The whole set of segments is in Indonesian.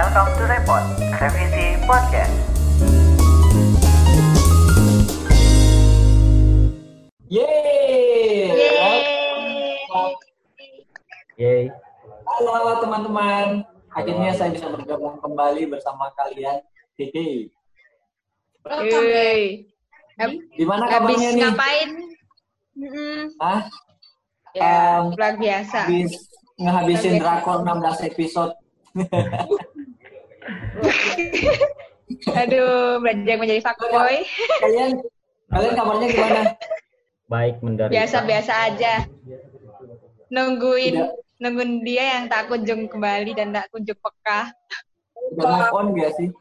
Welcome to Repot, Revisi Podcast. Yeay! Yeay. Halo teman-teman, akhirnya saya bisa bergabung kembali bersama kalian. Hehe. Yeay. Gimana Habis kabarnya nih? ngapain? Hah? Ya, luar biasa. Habis ngehabisin Luar biasa. drakor 16 episode. Aduh, belajar menjadi fuckboy. Kalian kabarnya gimana? Baik menderita. Biasa-biasa aja. Nungguin Tidak. dia yang tak kunjung kembali dan tak kunjung peka. Udah move on gak sih?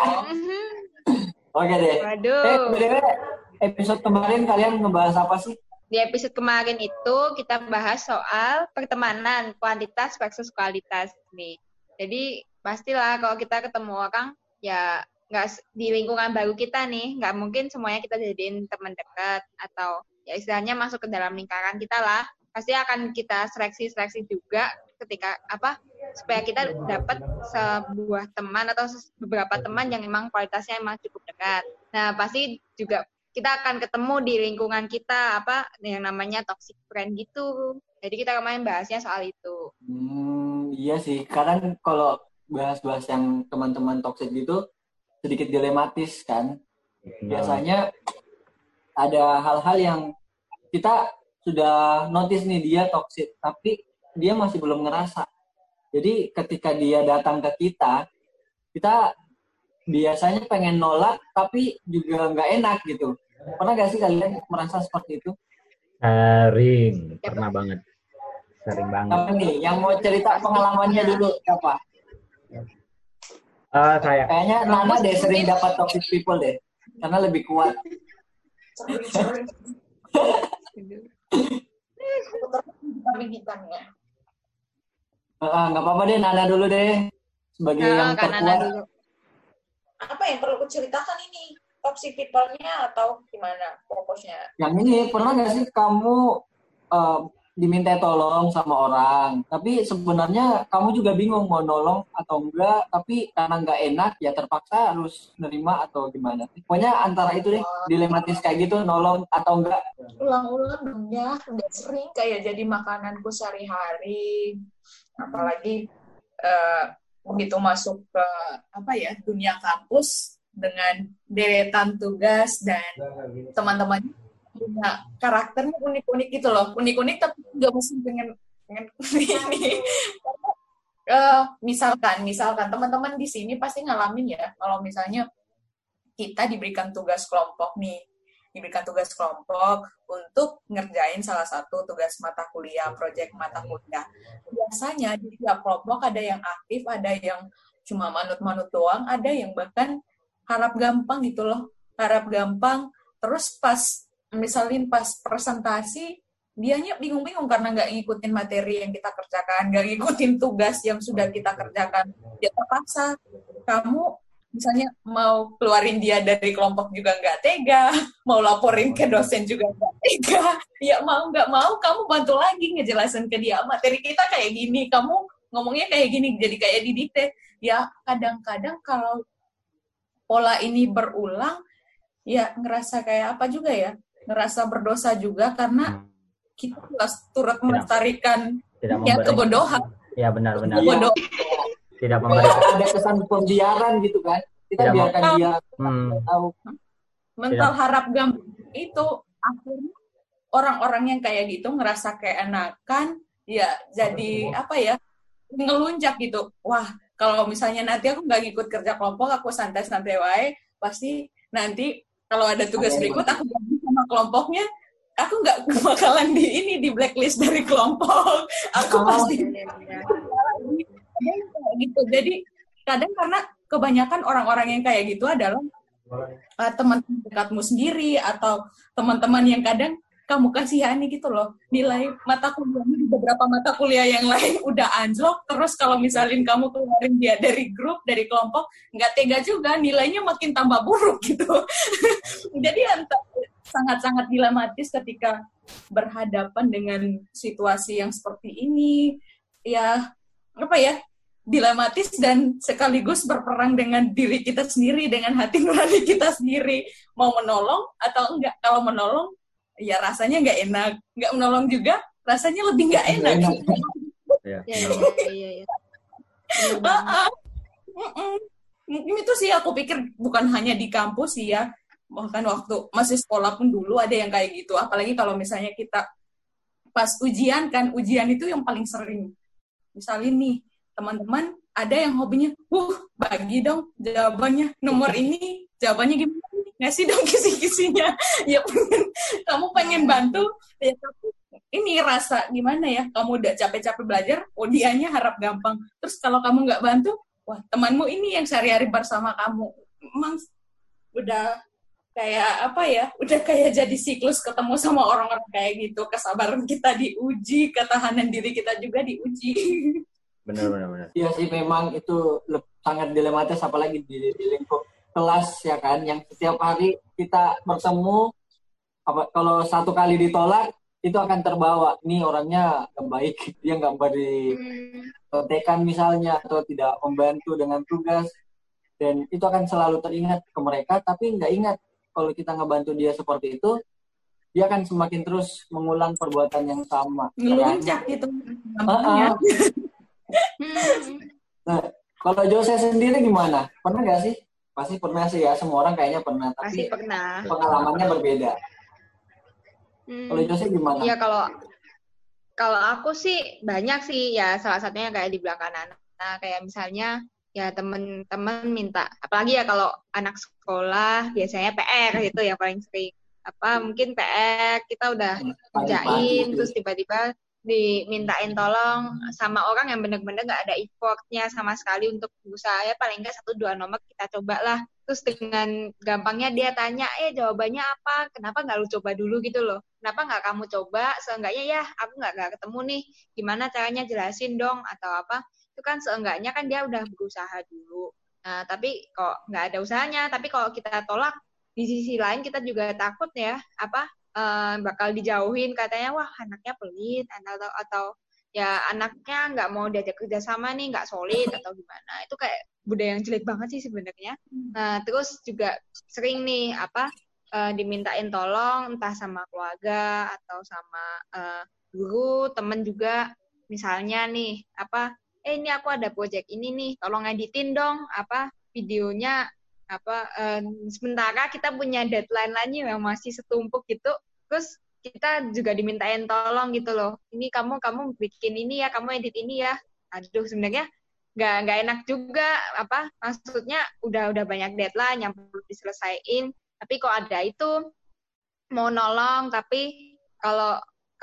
Oke deh. Waduh. BTW, episode kemarin kalian ngebahas apa sih? Di episode kemarin itu kita bahas soal pertemanan, kuantitas versus kualitas nih. Jadi pastilah kalau kita ketemu orang ya nggak di lingkungan baru kita nih, nggak mungkin semuanya kita jadiin teman dekat atau ya istilahnya masuk ke dalam lingkaran kita lah. Pasti akan kita seleksi juga ketika supaya kita dapat sebuah teman atau beberapa teman yang memang kualitasnya emang cukup dekat. Nah pasti juga kita akan ketemu di lingkungan kita yang namanya toxic friend gitu. Jadi kita kemarin bahasnya soal itu. Iya sih, kadang kalau bahas-bahas yang teman-teman toxic gitu sedikit dilematis kan. Biasanya ada hal-hal yang kita sudah notice nih dia toxic, tapi dia masih belum ngerasa. Jadi ketika dia datang ke kita biasanya pengen nolak, tapi juga nggak enak gitu. Pernah nggak sih kalian merasa seperti itu? Sering, pernah banget. Sering banget. Apa nih, yang mau cerita pengalamannya dulu siapa? Saya. Kayaknya Nana deh sering dapat toxic people deh, karena lebih kuat. Nggak apa-apa deh, Nana dulu deh sebagai yang terkuat. Apa yang perlu kuceritakan ini? Toxic people-nya atau gimana fokusnya? Yang ini, pernah nggak sih kamu diminta tolong sama orang, tapi sebenarnya kamu juga bingung mau nolong atau enggak, tapi karena nggak enak ya terpaksa harus nerima atau gimana? Pokoknya antara itu deh, dilematis kayak gitu, nolong atau enggak. Ulang-ulang dong ya, udah sering kayak jadi makananku sehari-hari. Apalagi begitu masuk ke dunia kampus dengan deretan tugas dan teman-temannya punya karakternya unik-unik gitu loh, unik-unik tapi nggak mesti pengen ini. Misalkan teman-teman di sini pasti ngalamin ya, kalau misalnya kita diberikan tugas kelompok untuk ngerjain salah satu tugas mata kuliah, proyek mata kuliah. Biasanya di tiap kelompok ada yang aktif, ada yang cuma manut-manut doang, ada yang bahkan harap gampang gitu loh, harap gampang. Terus pas presentasi, dianya bingung-bingung karena nggak ngikutin materi yang kita kerjakan, nggak ngikutin tugas yang sudah kita kerjakan. Ya terpaksa kamu misalnya mau keluarin dia dari kelompok juga nggak tega, mau laporin ke dosen juga nggak tega. Ya mau nggak mau kamu bantu lagi ngejelasin ke dia, materi kita kayak gini, kamu ngomongnya kayak gini, jadi kayak didikte. Ya kadang-kadang kalau pola ini berulang, ya ngerasa kayak apa juga ya, ngerasa berdosa juga karena kita turut melestarikan kebodohan. Ya benar-benar. Kebodohan. Tidak memberikan. Ada kesan pembiaran gitu kan? Kita biarkan dia tahu. Mental harap gampang itu akhirnya orang-orang yang kayak gitu ngerasa keenakan, ya jadi ngelunjak gitu. Wah, kalau misalnya nanti aku nggak ngikut kerja kelompok, aku santai-santai wae, pasti nanti kalau ada tugas berikut aku gabung sama kelompoknya, aku nggak bakalan di blacklist dari kelompok. Aku pasti gitu. Jadi kadang karena kebanyakan orang-orang yang kayak gitu adalah teman-teman dekatmu sendiri atau teman-teman yang kadang kamu kasihani gitu loh. Nilai mata kuliahnya di beberapa mata kuliah yang lain udah anjlok, terus kalau misalin kamu keluarin dia dari grup, dari kelompok, nggak tega juga, nilainya makin tambah buruk gitu. Jadi sangat-sangat dilematis ketika berhadapan dengan situasi yang seperti ini. Ya, dilematis dan sekaligus berperang dengan diri kita sendiri, dengan hati nurani kita sendiri, mau menolong atau enggak. Kalau menolong ya rasanya nggak enak, nggak menolong juga rasanya lebih nggak enak. Ya. Iya. Bener banget. Mungkin itu sih aku pikir bukan hanya di kampus sih ya, bahkan waktu masih sekolah pun dulu ada yang kayak gitu. Apalagi kalau misalnya kita pas ujian kan, ujian itu yang paling sering. Misalnya nih, teman-teman ada yang hobinya, bagi dong jawabannya, nomor ini jawabannya gimana? Ngasih dong kisi-kisinya. Ya kamu pengen bantu, ya tapi ini rasa gimana ya, kamu udah capek-capek belajar, dianya harap gampang. Terus kalau kamu nggak bantu, wah temanmu ini yang sehari-hari bersama kamu. Emang udah kayak apa ya, udah kayak jadi siklus ketemu sama orang-orang kayak gitu. Kesabaran kita diuji, ketahanan diri kita juga diuji. Benar. Iya sih, memang itu sangat dilematis, apalagi di lingkup kelas ya kan, yang setiap hari kita bertemu. Kalau satu kali ditolak itu akan terbawa, ini orangnya nggak baik, dia nggak beri contekan misalnya, atau tidak membantu dengan tugas, dan itu akan selalu teringat ke mereka. Tapi nggak ingat kalau kita ngebantu dia seperti itu, dia akan semakin terus mengulang perbuatan yang sama. Ngeluncak gitu. Nah, kalau Jose sendiri gimana? Pernah nggak sih? Pasti pernah sih ya, semua orang kayaknya pernah. Pasti Tapi pernah. pengalamannya berbeda. Kalau Jose gimana? Iya, kalau aku sih banyak sih ya, salah satunya kayak di belakang anak. Nah, kayak misalnya ya temen-temen minta, apalagi ya kalau anak sekolah biasanya PR gitu ya paling sering. Mungkin PR kita udah kerjain terus tiba-tiba dimintain tolong sama orang yang benar-benar nggak ada effortnya sama sekali untuk berusaha, ya paling nggak 1-2 nomor kita coba lah. Terus dengan gampangnya dia tanya, jawabannya apa? Kenapa nggak lu coba dulu gitu loh? Kenapa nggak kamu coba? Seenggaknya ya aku nggak ketemu nih, gimana caranya, jelasin dong atau apa? Itu kan seenggaknya kan dia udah berusaha dulu. Nah, tapi kok nggak ada usahanya. Tapi kalau kita tolak, di sisi lain kita juga takut ya, bakal dijauhin, katanya wah anaknya pelit, atau ya anaknya nggak mau diajak kerja sama nih, nggak solid atau gimana. Itu kayak budaya yang jelek banget sih sebenarnya. Nah, terus juga sering nih dimintain tolong entah sama keluarga atau sama guru, temen juga. Misalnya nih ini aku ada project ini nih, tolong editin dong videonya sementara kita punya deadline lainnya yang masih setumpuk gitu. Terus kita juga dimintain tolong gitu loh, ini kamu bikin ini ya, kamu edit ini ya. Aduh, sebenarnya nggak enak juga, maksudnya udah banyak deadline yang perlu diselesaikan, tapi kok ada itu mau nolong, tapi kalau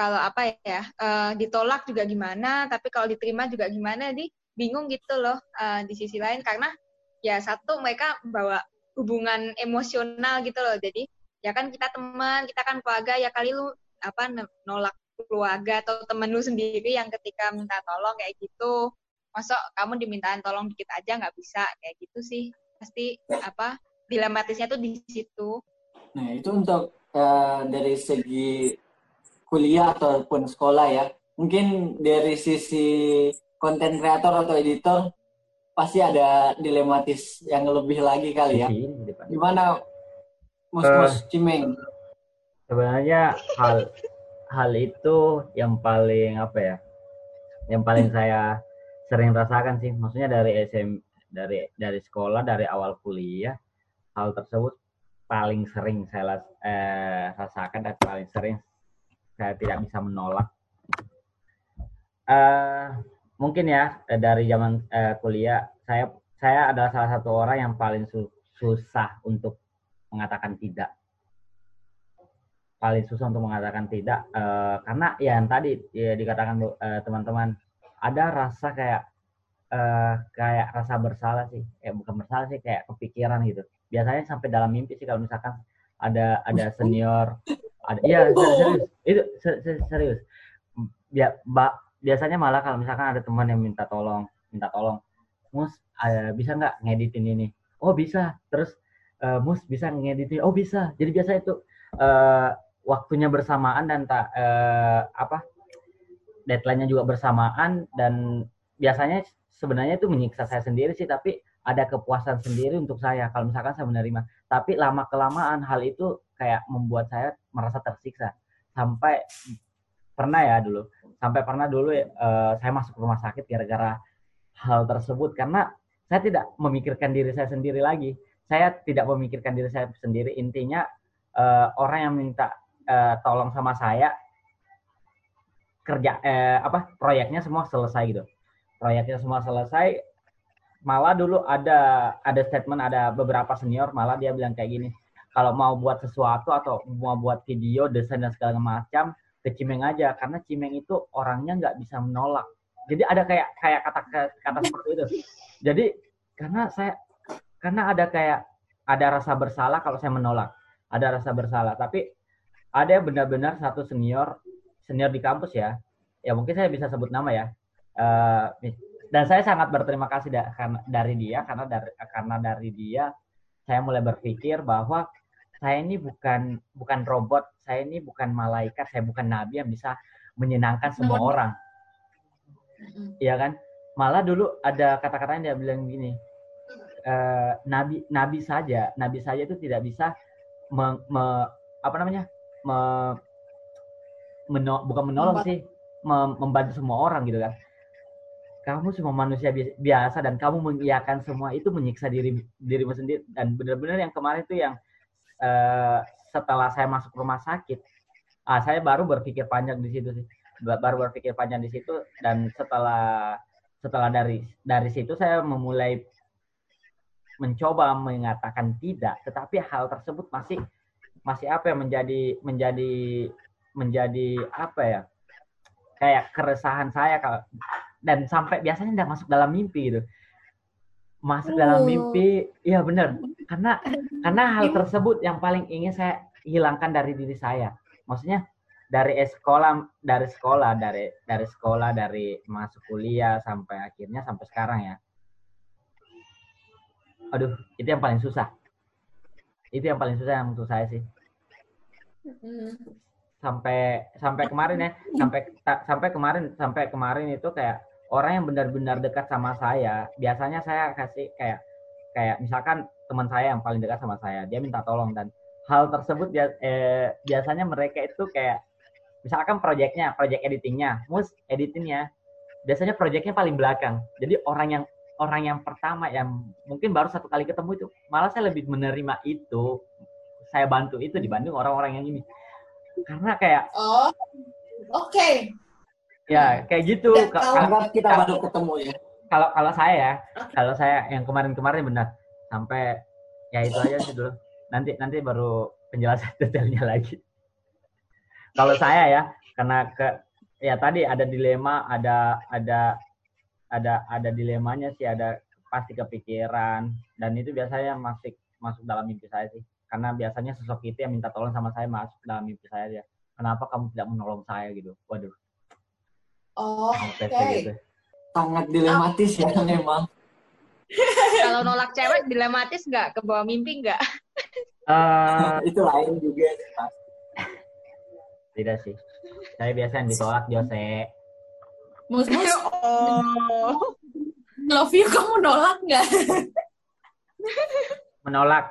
ditolak juga gimana, tapi kalau diterima juga gimana, bingung gitu loh. Di sisi lain karena ya satu, mereka bawa hubungan emosional gitu loh, jadi ya kan kita teman, kita kan keluarga, ya kali lu nolak keluarga atau temen lu sendiri yang ketika minta tolong kayak gitu, masa kamu dimintain tolong dikit aja nggak bisa, kayak gitu sih. Pasti dilematisnya tuh di situ. Nah, itu untuk dari segi kuliah ataupun sekolah ya. Mungkin dari sisi konten kreator atau editor pasti ada dilematis yang lebih lagi kali ya. Gimana Mus Cimeng? Sebenarnya hal itu yang paling yang paling saya sering rasakan sih. Maksudnya dari sekolah, dari awal kuliah, hal tersebut paling sering saya rasakan dan paling sering saya tidak bisa menolak. Mungkin ya dari zaman kuliah, saya adalah salah satu orang yang paling susah untuk mengatakan tidak. Paling susah untuk mengatakan tidak, karena ya yang tadi ya dikatakan teman-teman, ada rasa kayak rasa bersalah sih, bukan bersalah sih, kayak kepikiran gitu. Biasanya sampai dalam mimpi sih kalau misalkan ada senior, serius, itu serius. Biasanya malah kalau misalkan ada teman yang minta tolong, Mus, bisa nggak ngeditin ini? Oh bisa. Terus Mus bisa ngeditin? Oh bisa. Jadi biasa itu waktunya bersamaan dan deadline-nya juga bersamaan, dan biasanya sebenarnya itu menyiksa saya sendiri sih, tapi ada kepuasan sendiri untuk saya kalau misalkan saya menerima. Tapi lama-kelamaan hal itu kayak membuat saya merasa tersiksa. Sampai pernah dulu saya masuk rumah sakit gara-gara hal tersebut, karena saya tidak memikirkan diri saya sendiri lagi. Saya tidak memikirkan diri saya sendiri. Intinya orang yang minta tolong sama saya proyeknya semua selesai gitu. Proyeknya semua selesai. Malah dulu ada statement, ada beberapa senior malah dia bilang kayak gini, kalau mau buat sesuatu atau mau buat video, desain dan segala macam, ke Cimeng aja, karena Cimeng itu orangnya nggak bisa menolak. Jadi ada kayak kata seperti itu. Jadi karena ada rasa bersalah kalau saya menolak, ada rasa bersalah. Tapi ada benar-benar satu senior di kampus ya mungkin saya bisa sebut nama ya. Dan saya sangat berterima kasih dari dia, karena dari dia saya mulai berpikir bahwa saya ini bukan robot, saya ini bukan malaikat, saya bukan nabi yang bisa menyenangkan semua orang. Iya kan? Malah dulu ada kata-katanya dia bilang gini, nabi saja itu tidak bisa bukan menolong sih, membantu semua orang gitu kan. Kamu semua manusia biasa dan kamu mengiyakan semua itu menyiksa dirimu sendiri. Dan benar-benar yang kemarin itu yang setelah saya masuk rumah sakit, saya baru berpikir panjang di situ sih. Dan setelah dari situ saya memulai mencoba mengatakan tidak, tetapi hal tersebut masih menjadi apa ya? Kayak keresahan saya dan sampai biasanya tidak masuk dalam mimpi gitu. Masuk dalam mimpi, iya benar. Karena hal tersebut yang paling ingin saya hilangkan dari diri saya. Maksudnya dari masuk kuliah sampai akhirnya sampai sekarang ya. Aduh, itu yang paling susah. Itu yang paling susah untuk saya sih. Sampai kemarin ya, sampai kemarin itu kayak orang yang benar-benar dekat sama saya, biasanya saya kasih kayak misalkan teman saya yang paling dekat sama saya, dia minta tolong, dan hal tersebut biasanya mereka itu kayak misalkan project editingnya, editingnya, biasanya projectnya paling belakang. Jadi orang yang pertama yang mungkin baru satu kali ketemu itu, malah saya lebih menerima itu, saya bantu itu dibanding orang-orang yang ini. Karena kayak Oke. Ya, kayak gitu. Karena kita baru ketemu ya. Kalau saya yang kemarin benar. Sampai ya itu aja sih dulu. Nanti baru penjelasan detailnya lagi. Kalau saya ya, karena tadi ada dilema, ada dilemanya sih, ada pasti kepikiran, dan itu biasanya masuk dalam mimpi saya sih. Karena biasanya sosok itu yang minta tolong sama saya masuk dalam mimpi saya ya. Kenapa kamu tidak menolong saya gitu? Waduh. Oke. Gitu. Sangat dilematis ya memang. Kalau nolak cewek dilematis nggak? Ke bawah mimpi nggak? Itu lain juga. Tidak sih. Saya biasa yang ditolak, Jose. Mus. Love you, kamu nolak nggak? Menolak.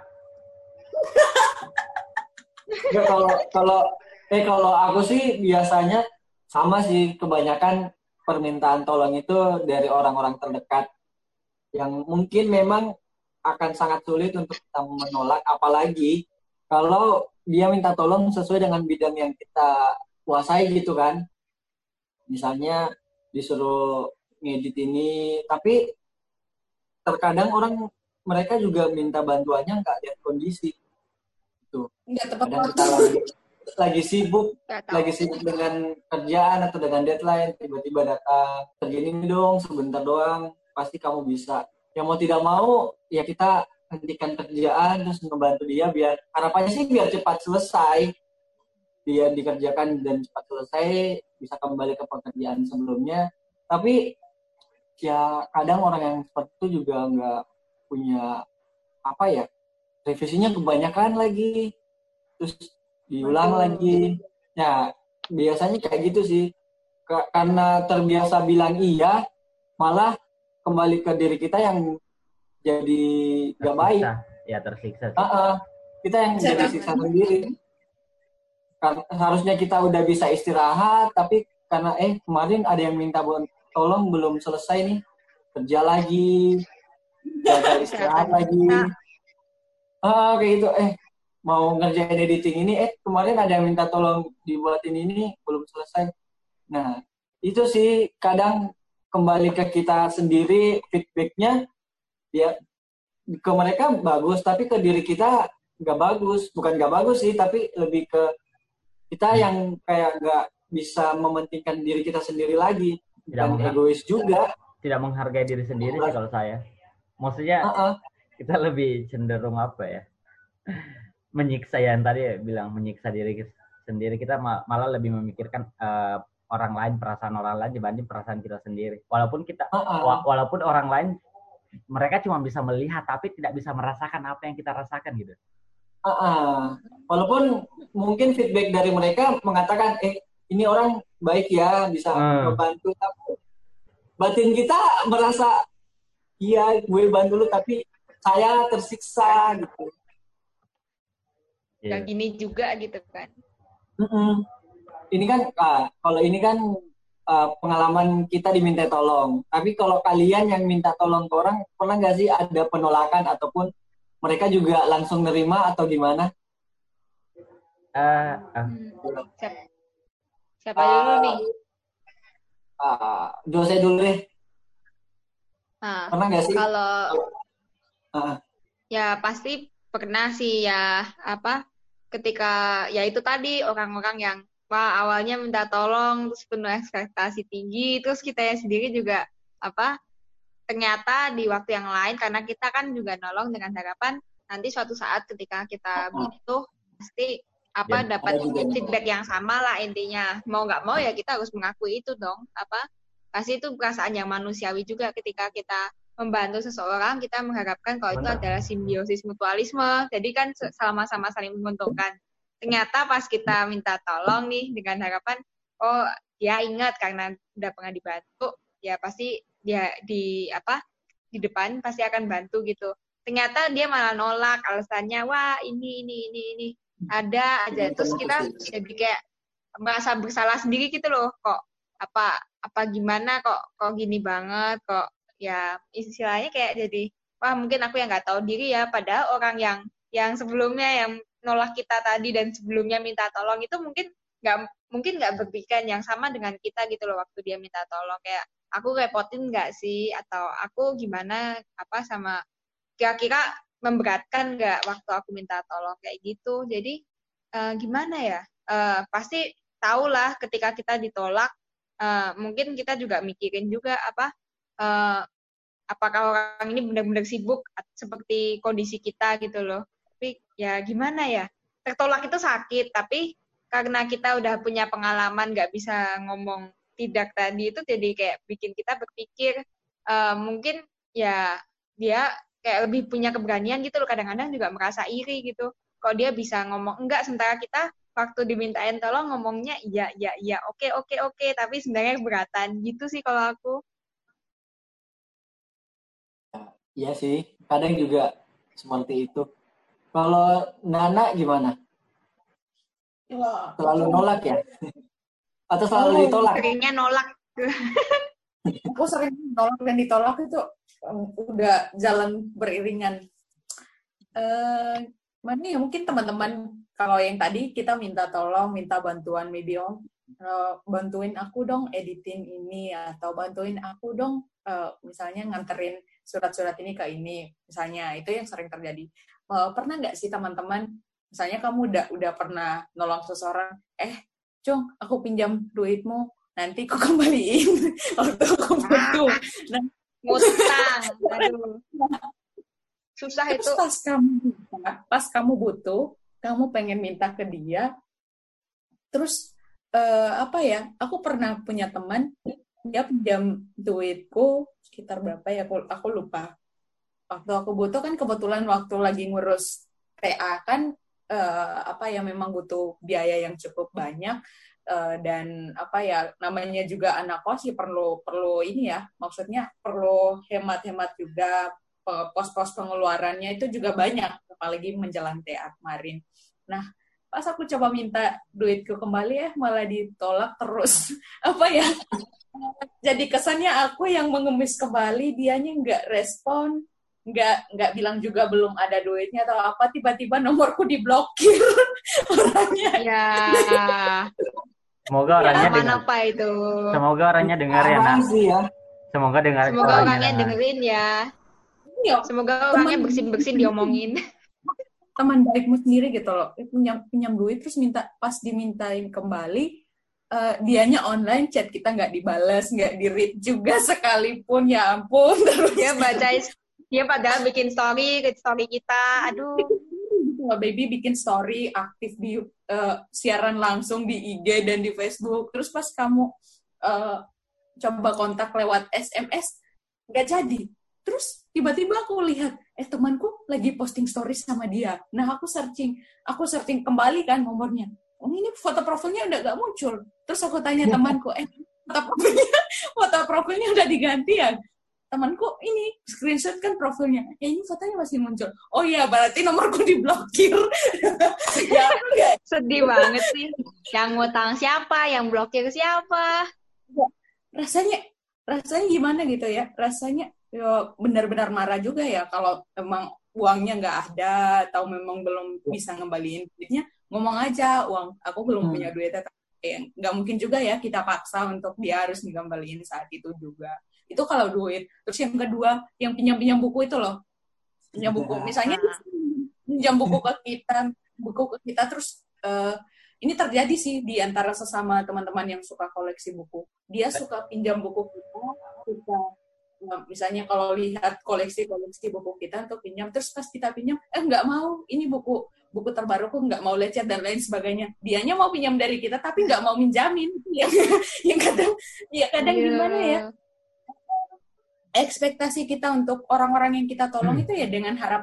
Ya, kalau aku sih biasanya sama sih, kebanyakan permintaan tolong itu dari orang-orang terdekat yang mungkin memang akan sangat sulit untuk kita menolak, apalagi kalau dia minta tolong sesuai dengan bidang yang kita kuasai gitu kan. Misalnya disuruh ngedit ini, tapi terkadang mereka juga minta bantuannya nggak lihat kondisi gitu. Kadang kita lagi sibuk dengan kerjaan atau dengan deadline, tiba-tiba datang, kerjain ini dong sebentar doang, pasti kamu bisa. Ya mau tidak mau ya kita hentikan kerjaan terus membantu dia, biar harapannya sih biar cepat selesai, dia dikerjakan dan cepat selesai, bisa kembali ke pekerjaan sebelumnya. Tapi ya kadang orang yang seperti itu juga nggak punya revisinya kebanyakan lagi, terus diulang lagi. Ya biasanya kayak gitu sih, karena terbiasa bilang iya, malah kembali ke diri kita yang jadi gak baik. Tersiksa sih. Kita yang jadi siksa sendiri. Harusnya kita udah bisa istirahat, tapi karena kemarin ada yang minta tolong belum selesai nih, kerja lagi, gagal istirahat lagi. Kayak gitu, mau ngerjain editing ini, kemarin ada yang minta tolong dibuatin ini, belum selesai. Nah, itu sih kadang kembali ke kita sendiri, feedbacknya ya ke mereka bagus, tapi ke diri kita nggak bagus. Bukan nggak bagus sih, tapi lebih ke kita yang kayak nggak bisa mementingkan diri kita sendiri lagi. Dan egois juga. Tidak menghargai diri sendiri sih kalau saya. Maksudnya kita lebih cenderung apa ya? Menyiksa, yang tadi bilang menyiksa diri sendiri. Kita malah lebih memikirkan orang lain, perasaan orang lain dibanding perasaan kita sendiri. Walaupun walaupun orang lain mereka cuma bisa melihat tapi tidak bisa merasakan apa yang kita rasakan gitu. Walaupun mungkin feedback dari mereka mengatakan ini orang baik ya, bisa membantu, tapi batin kita merasa iya gue bantu lu tapi saya tersiksa gitu. Yang gini juga gitu kan. Ini kan kalau ini kan pengalaman kita diminta tolong. Tapi kalau kalian yang minta tolong ke orang, pernah nggak sih ada penolakan ataupun mereka juga langsung nerima atau gimana? Siapa dulu nih? Jose dulu deh. Pernah nggak sih? Kalau ya pasti pernah sih ya, ketika ya itu tadi orang-orang yang awalnya minta tolong terus penuh ekspektasi tinggi, terus kita sendiri juga ternyata di waktu yang lain, karena kita kan juga nolong dengan harapan nanti suatu saat ketika kita butuh pasti dapat feedback yang sama lah intinya. Mau nggak mau ya kita harus mengakui itu dong. Pasti itu perasaan yang manusiawi juga ketika kita membantu seseorang, kita mengharapkan kalau itu adalah simbiosis mutualisme. Jadi kan sama-sama saling menguntungkan. Ternyata pas kita minta tolong nih dengan harapan, dia ingat karena udah pernah dibantu, ya pasti dia di depan pasti akan bantu gitu. Ternyata dia malah nolak, alasannya ini ada aja. Terus kita jadi kayak merasa bersalah sendiri gitu loh, kok gimana kok gini banget, kok ya istilahnya kayak jadi mungkin aku yang nggak tahu diri ya, padahal orang yang sebelumnya yang nolak kita tadi dan sebelumnya minta tolong itu mungkin nggak berpikiran yang sama dengan kita gitu loh waktu dia minta tolong, kayak aku repotin nggak sih, atau aku gimana sama kira-kira memberatkan nggak waktu aku minta tolong kayak gitu. Jadi gimana ya, pasti tahulah ketika kita ditolak, mungkin kita juga mikirin juga apakah orang ini benar-benar sibuk seperti kondisi kita gitu loh. Tapi ya gimana ya, tertolak itu sakit, tapi karena kita udah punya pengalaman nggak bisa ngomong tidak tadi itu, jadi kayak bikin kita berpikir mungkin ya dia kayak lebih punya keberanian gitu loh. Kadang-kadang juga merasa iri gitu, kok dia bisa ngomong enggak, sementara kita waktu dimintain tolong ngomongnya iya oke, tapi sebenarnya keberatan gitu sih kalau aku. Iya sih, kadang juga seperti itu. Kalau Nana gimana? Selalu nolak ya? Atau selalu ditolak? Seringnya nolak. Aku sering nolak dan ditolak itu udah jalan beriringan. Mana ya, mungkin teman-teman kalau yang tadi kita minta tolong, minta bantuan video, bantuin aku dong editing ini, atau bantuin aku dong misalnya nganterin surat-surat ini ke ini, misalnya itu yang sering terjadi. Pernah nggak sih teman-teman, misalnya kamu udah pernah nolong seseorang, Cung, aku pinjam duitmu, nanti aku kembaliin waktu aku butuh. Nah, ngutang, aduh. Susah itu. Pas kamu butuh, kamu pengen minta ke dia, terus aku pernah punya teman, dia pinjam duitku sekitar berapa ya, aku lupa. Waktu aku butuh kan kebetulan waktu lagi ngurus TA kan memang butuh biaya yang cukup banyak. dan apa ya, namanya juga anak kos ya perlu ini ya, maksudnya perlu hemat-hemat juga, pos-pos pengeluarannya itu juga banyak, apalagi menjelang TA kemarin. Nah, pas aku coba minta duitku kembali ya malah ditolak terus. Apa ya, jadi kesannya aku yang mengemis kembali, dianya nggak respon, nggak bilang juga belum ada duitnya atau apa, tiba-tiba nomorku diblokir orangnya. Ya, Semoga orangnya aman dengar. apa itu? Semoga orangnya dengar ya, Apaan Nak. sih ya? Semoga dengar. Semoga orangnya dengerin ya. Iya, Semoga orangnya bersin-bersin diomongin. teman baikmu sendiri gitu loh, pinjam duit terus pas dimintain kembali, dianya online chat kita nggak dibalas, nggak di-read juga sekalipun, ya ampun. Terus Dia padahal bikin story kita, aduh. baby bikin story, aktif di siaran langsung di IG dan di Facebook, terus pas kamu coba kontak lewat SMS nggak jadi. Terus tiba-tiba aku lihat temanku lagi posting story sama dia. Nah aku searching kembali kan nomornya. Oh ini foto profilnya udah gak muncul. Terus aku tanya temanku, foto profilnya udah diganti ya? Temanku ini screenshot kan profilnya. Ini fotonya masih muncul. Oh iya, berarti nomorku diblokir. Ya, sedih banget sih. Yang ngutang siapa? Yang blokir siapa? Rasanya gimana gitu ya? Rasanya ya benar-benar marah juga ya kalau emang uangnya nggak ada atau memang belum bisa ngembaliin duitnya, ngomong aja aku belum punya duit, nggak mungkin juga ya kita paksa untuk dia harus ngembaliin saat itu juga. Itu kalau duit. Terus yang kedua, yang pinjam buku itu loh, pinjam buku misalnya pinjam buku ke kita terus ini terjadi sih di antara sesama teman-teman yang suka koleksi buku. Dia suka pinjam buku kita misalnya kalau lihat koleksi buku kita untuk pinjam, terus pas kita pinjam, nggak mau, ini buku terbaruku, nggak mau lecet dan lain sebagainya. Dianya mau pinjam dari kita tapi nggak mau minjamin. Yang kadang gimana ya, ekspektasi kita untuk orang-orang yang kita tolong itu ya dengan harap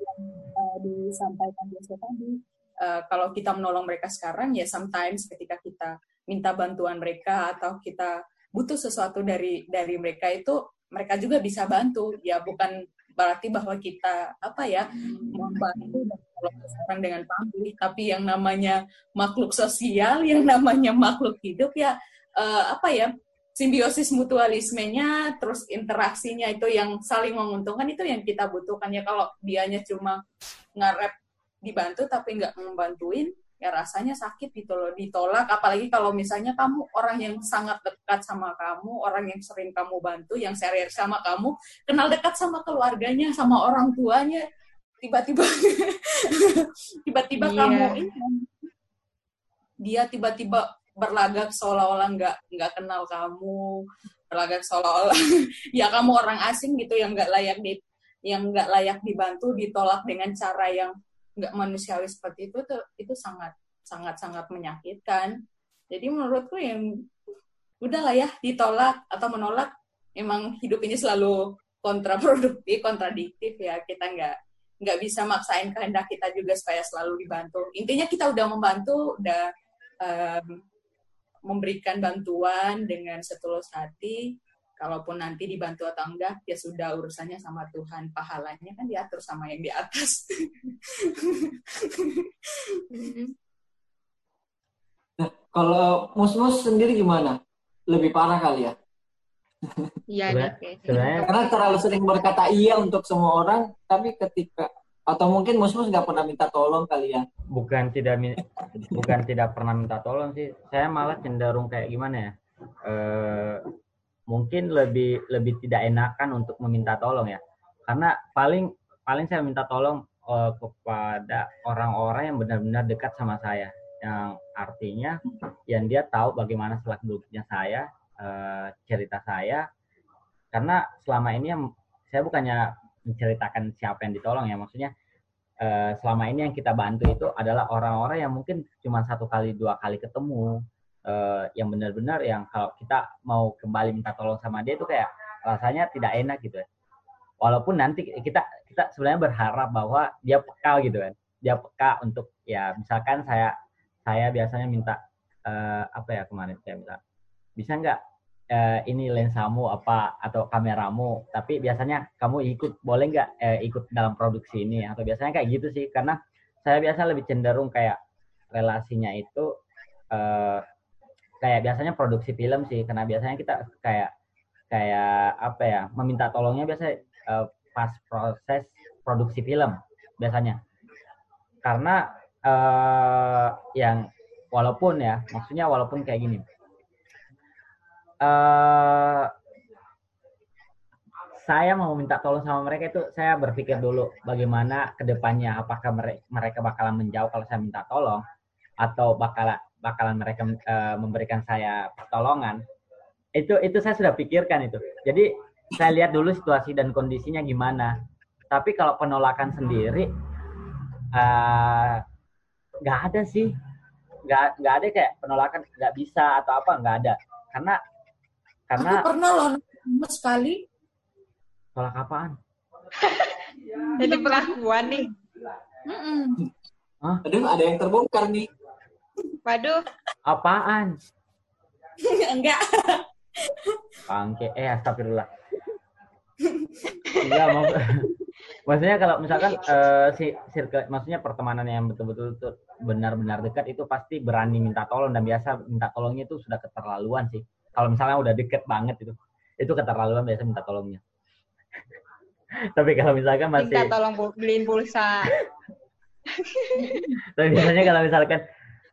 disampaikan biasa tadi. Kalau kita menolong mereka sekarang ya sometimes ketika kita minta bantuan mereka atau kita butuh sesuatu dari mereka, itu mereka juga bisa bantu. Ya bukan berarti bahwa kita membantu dan orang dengan pamrih, tapi yang namanya makhluk sosial, yang namanya makhluk hidup ya simbiosis mutualismenya, terus interaksinya itu yang saling menguntungkan, itu yang kita butuhkan. Ya kalau dianya cuma ngarep dibantu tapi nggak membantuin, ya rasanya sakit gitu loh, ditolak. Apalagi kalau misalnya kamu orang yang sangat dekat sama kamu, orang yang sering kamu bantu, yang serius sama kamu, kenal dekat sama keluarganya, sama orang tuanya, tiba-tiba kamu dia tiba-tiba berlagak seolah-olah nggak kenal kamu, berlagak seolah-olah ya kamu orang asing gitu, yang nggak layak dibantu, ditolak dengan cara yang nggak manusiawi seperti itu sangat menyakitkan. Jadi menurutku yang udahlah ya, ditolak atau menolak, emang hidup ini selalu kontraproduktif, kontradiktif ya. Kita nggak bisa maksain kehendak kita juga supaya selalu dibantu. Intinya kita udah membantu, udah memberikan bantuan dengan setulus hati. Kalaupun nanti dibantu atau enggak, ya sudah, urusannya sama Tuhan. Pahalanya kan diatur sama yang di atas. Nah, kalau Mus sendiri gimana? Lebih parah kali ya? Iya, sebenarnya Karena terlalu sering berkata iya untuk semua orang, tapi atau mungkin Mus nggak pernah minta tolong kali ya? bukan tidak pernah minta tolong sih. Saya malah cenderung kayak gimana ya? Mungkin lebih tidak enakan untuk meminta tolong ya, karena paling saya minta tolong kepada orang-orang yang benar-benar dekat sama saya, yang artinya yang dia tahu bagaimana selak beluknya saya, cerita saya. Karena selama ini saya bukannya menceritakan siapa yang ditolong ya, maksudnya selama ini yang kita bantu itu adalah orang-orang yang mungkin cuma 1 kali 2 kali ketemu, yang benar-benar yang kalau kita mau kembali minta tolong sama dia itu kayak rasanya tidak enak gitu ya. Walaupun nanti kita sebenarnya berharap bahwa dia peka gitu kan. Dia peka untuk, ya misalkan saya biasanya minta apa ya kemarin kayak bilang, bisa nggak ini lensamu apa atau kameramu, tapi biasanya kamu boleh nggak ikut dalam produksi ini, atau biasanya kayak gitu sih. Karena saya biasa lebih cenderung kayak relasinya itu kayak biasanya produksi film sih, karena biasanya kita kayak apa ya, meminta tolongnya biasanya pas proses produksi film biasanya. Karena yang maksudnya walaupun kayak gini, saya mau minta tolong sama mereka itu saya berpikir dulu bagaimana kedepannya, apakah mereka bakalan menjauh kalau saya minta tolong, atau bakalan mereka memberikan saya pertolongan. Itu saya sudah pikirkan itu. Jadi saya lihat dulu situasi dan kondisinya gimana. Tapi kalau penolakan sendiri nggak ada sih, nggak ada kayak penolakan nggak bisa atau apa, nggak ada. Karena Aku pernah loh sekali. tolak apaan? Jadi pengakuan nih. Aduh, ada yang terbongkar nih. Waduh. Apaan? Enggak. Bangke, astagfirullah. Enggak, maksudnya kalau misalkan circle, maksudnya pertemanan yang betul-betul tuh benar-benar dekat itu pasti berani minta tolong, dan biasa minta tolongnya itu sudah keterlaluan sih. Kalau misalnya udah deket banget itu keterlaluan biasa minta tolongnya. Tapi kalau misalkan masih minta tolong beliin pulsa. Tapi biasanya kalau misalkan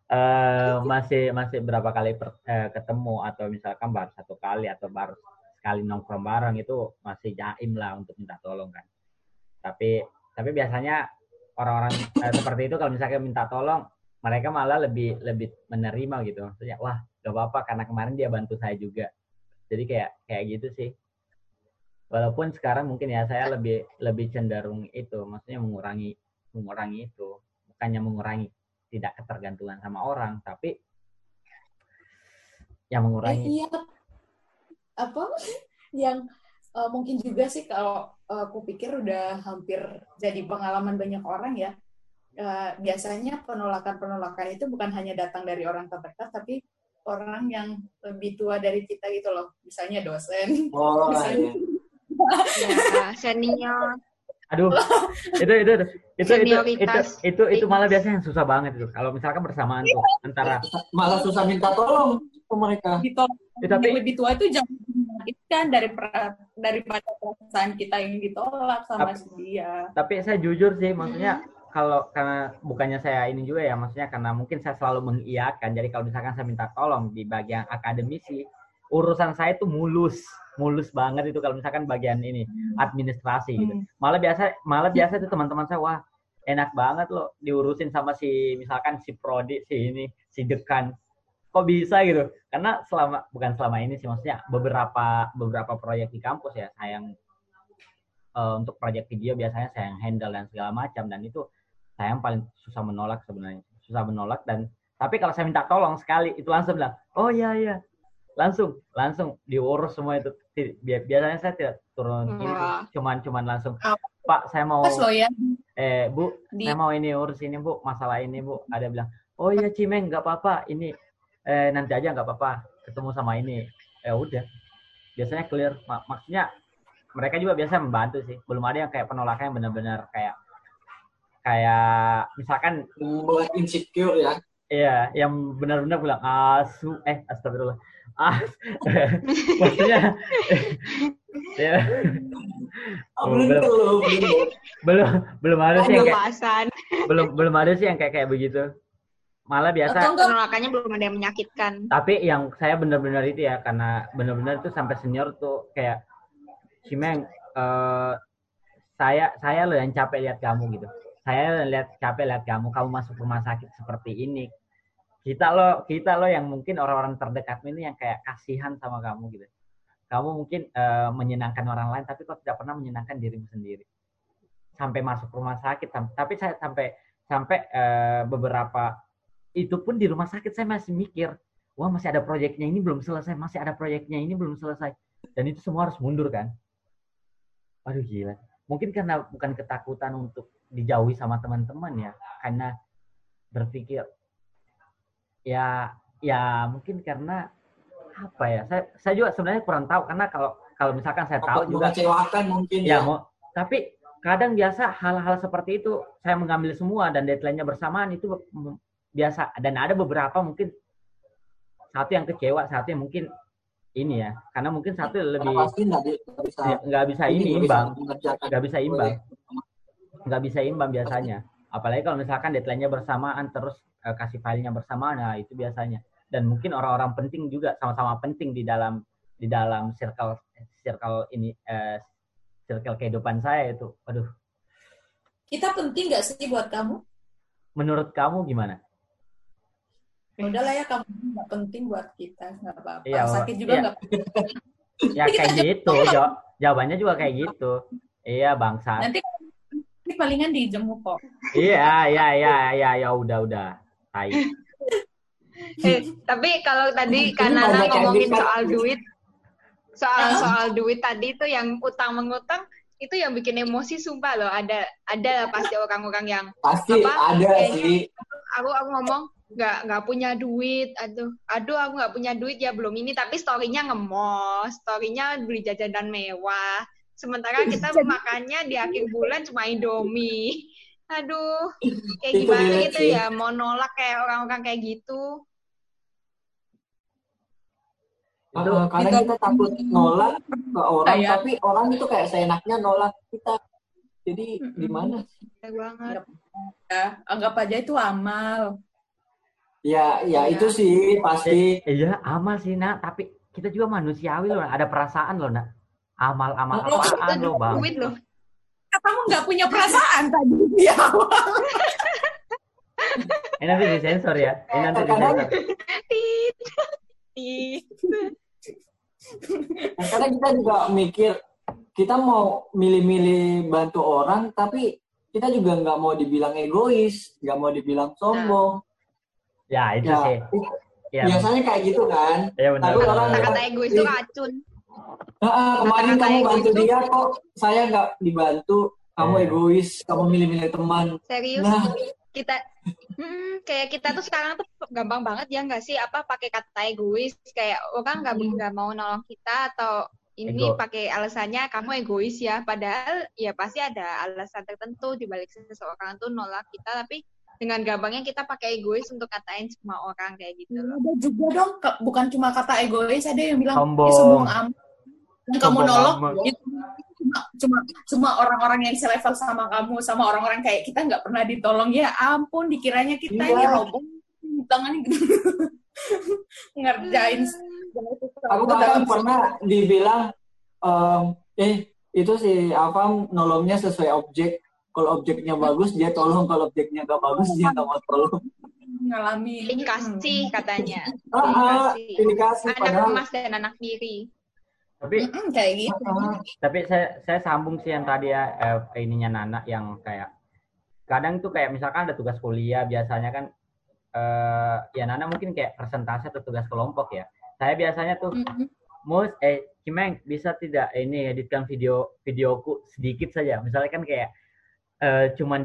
masih berapa kali ketemu, atau misalkan baru satu kali atau baru sekali nongkrong bareng, itu masih jaim lah untuk minta tolong kan. Tapi biasanya orang-orang seperti itu kalau misalkan minta tolong, mereka malah lebih menerima gitu. Maksudnya, wah gak apa-apa karena kemarin dia bantu saya juga. Jadi kayak gitu sih. Walaupun sekarang mungkin ya saya lebih cenderung itu, maksudnya mengurangi itu, bukannya mengurangi tidak ketergantungan sama orang, tapi yang mengurangi. Iya. Apa yang mungkin juga sih kalau aku pikir udah hampir jadi pengalaman banyak orang ya. Biasanya penolakan itu bukan hanya datang dari orang terdekat, tapi orang yang lebih tua dari kita gitu loh. Misalnya dosen. Oh, misalnya, Ya, senior. Aduh, itu malah biasanya yang susah banget itu. Kalau misalkan bersamaan tuh antara malah susah minta tolong ke mereka. Tapi yang lebih tua itu jangan menyakitkan daripada perasaan kita yang ditolak sama dia. Tapi saya jujur sih, maksudnya karena bukannya saya ini juga ya, maksudnya karena mungkin saya selalu mengiyakan. Jadi kalau misalkan saya minta tolong di bagian akademisi, urusan saya itu mulus banget itu kalau misalkan bagian ini administrasi gitu. Malah biasa itu teman-teman saya, wah enak banget loh diurusin sama misalkan si prodi, si dekan. Kok bisa gitu? Karena bukan selama ini sih, maksudnya beberapa proyek di kampus ya, saya yang untuk proyek video biasanya saya yang handle dan segala macam, dan itu saya yang paling susah menolak sebenarnya. Susah menolak, dan tapi kalau saya minta tolong sekali itu langsung bilang, "Oh iya." Langsung diurus semua itu. Biasanya saya tidak turun ini, cuman langsung, Pak saya mau Bu saya mau ini urus ini Bu, masalah ini Bu. Ada bilang, oh iya Cimeng nggak apa-apa, ini nanti aja nggak apa-apa, ketemu sama ini. Udah biasanya clear. Maksudnya mereka juga biasa membantu sih, belum ada yang kayak penolakan yang benar-benar kayak misalkan buat insecure ya. Iya, yang benar-benar bilang astagfirullah. Maksudnya ya. Belum ada sih yang kayak belum ada sih yang kayak begitu. Malah biasa penolakannya belum ada yang menyakitkan. Tapi yang saya benar-benar itu ya, karena benar-benar itu sampai senior tuh kayak, Cimeng, saya loh yang capek lihat kamu gitu. Saya capek lihat kamu masuk rumah sakit seperti ini. Kita loh yang mungkin orang-orang terdekatmu ini yang kayak kasihan sama kamu gitu. Kamu mungkin menyenangkan orang lain, tapi kok tidak pernah menyenangkan dirimu sendiri. Sampai masuk rumah sakit, tapi saya sampai beberapa itu pun di rumah sakit saya masih mikir, wah masih ada proyeknya ini belum selesai, dan itu semua harus mundur kan. Aduh gila. Mungkin karena bukan ketakutan untuk dijauhi sama teman-teman ya, karena berpikir ya Ya mungkin karena apa ya? Saya juga sebenarnya kurang tahu karena kalau misalkan saya tahu juga mengecewakan mungkin ya ya. Tapi kadang biasa hal-hal seperti itu saya mengambil semua dan deadline-nya bersamaan itu biasa, dan ada beberapa mungkin satu yang kecewa, satu yang mungkin ini ya, karena mungkin satu lebih pasti nggak bisa imbang biasanya, apalagi kalau misalkan deadline-nya bersamaan terus kasih filenya bersamaan, nah itu biasanya. Dan mungkin orang-orang penting juga sama-sama penting di dalam circle ini, circle kehidupan saya itu. Aduh. Kita penting nggak sih buat kamu? Menurut kamu gimana? Udahlah ya, kamu nggak penting buat kita, nggak apa-apa. Iya, Sakit juga nggak penting. Ya kayak gitu, jawabannya juga kayak gitu. Iya bangsat. Nanti palingan dijemuk kok. Iya, udah. Tai. Tapi kalau tadi Kanana ngomongin soal duit tadi itu yang utang mengutang itu yang bikin emosi sumpah loh. Ada pasti orang-orang yang pasti ada sih. Aku ngomong nggak punya duit, aduh aku nggak punya duit ya belum ini, tapi story-nya nge-mall, story-nya beli jajanan mewah, sementara kita makannya di akhir bulan cuma Indomie. Aduh, kayak gimana gitu ya, mau nolak kayak orang-orang kayak gitu. Karena kita takut nolak ke orang, tapi orang itu kayak seenaknya nolak kita. Jadi gimana? Banget. Ya, anggap aja itu amal. Ya itu sih pasti. Iya, amal sih, Nak. Tapi kita juga manusiawi loh, ada perasaan loh, Nak. Amal apaan loh, Bang? Duit loh. Kamu nggak punya perasaan tadi di awal. Ini nanti disensor ya. Ini nanti disensor. Karena kita juga mikir, kita mau milih-milih bantu orang, tapi kita juga nggak mau dibilang egois, nggak mau dibilang sombong. Ya itu sih. Ya, biasanya kayak gitu kan. Ya, benar. Tapi orang kata egois itu racun. Kemarin kamu bantu dia kok saya nggak dibantu, kamu egois, kamu milih-milih teman. Serius? Nah, kayak kita tuh sekarang tuh gampang banget ya nggak sih pakai kata egois, kayak orang nggak mau nolong kita atau ini pakai alasannya kamu egois ya, padahal ya pasti ada alasan tertentu di balik seseorang tuh nolak kita, tapi dengan gampangnya kita pakai egois untuk katain semua orang kayak gitu loh. Ada juga dong, bukan cuma kata egois, ada yang bilang sombong amat. Yang kamu nolak itu cuma orang-orang yang selevel sama kamu, sama orang-orang kayak kita nggak pernah ditolong, ya ampun, dikiranya kita ini roboh tangannya gitu. Ngerjain. Aku bahkan pernah dibilang itu si nolongnya sesuai objek. Kalau objeknya bagus dia tolong, kalau objeknya nggak bagus dia nggak mau tolong. Ngalami dikasih katanya. Dikasih anak emas dan anak tiri. Tapi kayak gitu. Tapi saya sambung sih yang tadi ya, ininya Nana yang kayak kadang tuh kayak misalkan ada tugas kuliah biasanya kan ya Nana mungkin kayak persentase atau tugas kelompok ya. Saya biasanya tuh Cimeng bisa tidak ini editkan videoku sedikit saja. Misalnya kan kayak cuman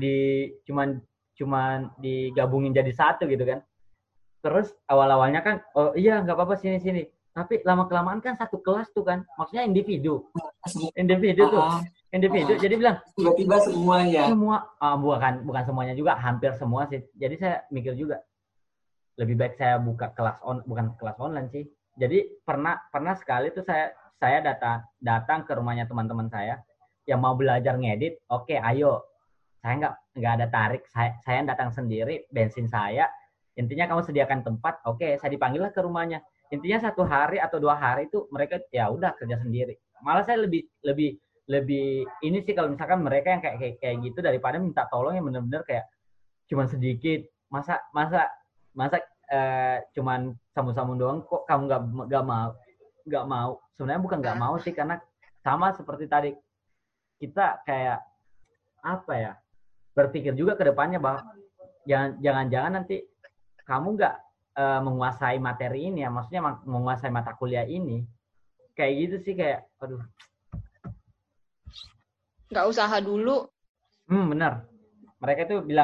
digabungin jadi satu gitu kan. Terus awal-awalnya kan iya nggak apa-apa sini. Tapi lama-kelamaan kan satu kelas tuh kan, maksudnya individu tuh, jadi bilang tiba-tiba semuanya. Bukan semuanya juga, hampir semua sih. Jadi saya mikir juga, lebih baik saya buka bukan kelas online sih. Jadi pernah sekali tuh saya datang ke rumahnya teman-teman saya yang mau belajar ngedit. Oke, ayo, saya nggak ada tarik, saya datang sendiri, bensin saya. Intinya kamu sediakan tempat, oke, saya dipanggil lah ke rumahnya. Intinya 1 hari atau 2 hari itu mereka ya udah kerja sendiri. Malah saya lebih ini sih kalau misalkan mereka yang kayak gitu daripada minta tolong yang benar-benar kayak cuman sedikit. Masa cuman sambung-sambung doang kok kamu nggak mau. Sebenarnya bukan nggak mau sih, karena sama seperti tadi kita kayak apa ya, berpikir juga ke depannya bahwa jangan-jangan nanti kamu nggak menguasai materi ini ya, maksudnya menguasai mata kuliah ini, kayak gitu sih, kayak aduh, nggak usaha dulu. Bener, mereka tuh bilang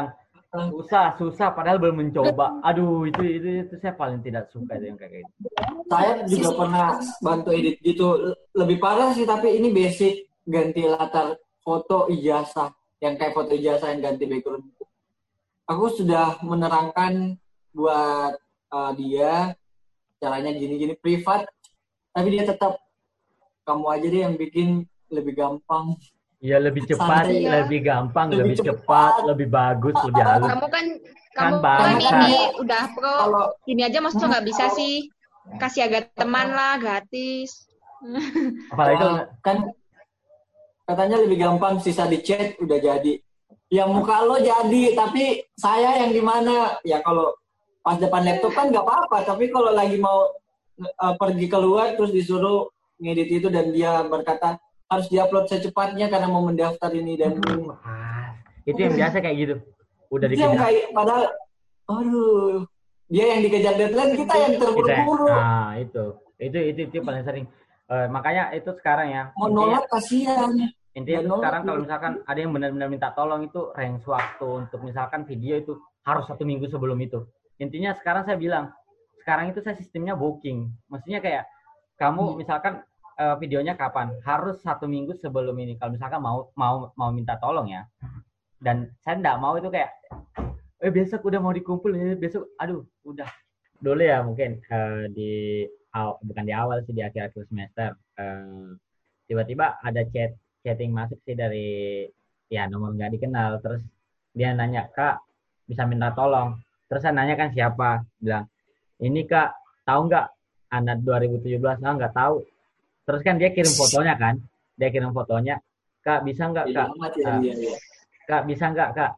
susah padahal belum mencoba. Aduh, itu saya paling tidak suka itu yang kayak gitu. Saya juga pernah bantu edit gitu. Lebih parah sih, tapi ini basic ganti latar foto ijazah. Yang kayak foto ijazah yang ganti background. Aku sudah menerangkan buat dia caranya gini-gini privat, tapi dia tetap kamu aja deh yang bikin lebih gampang. Iya, lebih cepat, Santai, ya. lebih gampang, Lebih lebih cepat. cepat, lebih bagus, lebih halus. Kamu kan Kan ini bangsat. udah pro. Kalau- Ini aja maksudnya nggak bisa sih. Kasih agak teman lah, gratis. Apalagi kan katanya lebih gampang, sisa di chat udah jadi. Ya muka lo jadi, tapi saya yang gimana? Ya kalau pas depan laptop kan nggak apa-apa, tapi kalau lagi mau pergi keluar terus disuruh ngedit itu dan dia berkata harus diupload secepatnya karena mau mendaftar ini dan ini. itu yang biasa kayak gitu. Udah Itu yang dikejar. kayak padahal, aduh, dia yang dikejar deadline, kita yang terburu-buru. Nah, itu paling sering. Makanya itu sekarang ya. Mau nolak kasihan. Intinya itu Nolak sekarang dulu. kalau misalkan ada yang benar-benar minta tolong itu range waktu untuk misalkan video itu harus 1 minggu sebelum itu. Intinya sekarang saya bilang, sekarang itu saya sistemnya booking. Maksudnya kayak kamu misalkan videonya kapan? Harus 1 minggu sebelum ini. Kalau misalkan mau minta tolong ya. Dan saya enggak mau itu kayak besok udah mau dikumpul, besok aduh udah. Dulu ya mungkin bukan di awal sih, di akhir-akhir semester tiba-tiba ada chatting masuk sih dari ya nomor nggak dikenal, terus dia nanya, "Kak, bisa minta tolong?" Terus saya nanya kan siapa, bilang, "Ini Kak, tahu nggak anak 2017?" "Ah, nggak tahu." Terus kan dia kirim fotonya kan, "Kak, bisa nggak Kak? Kak, bisa nggak Kak?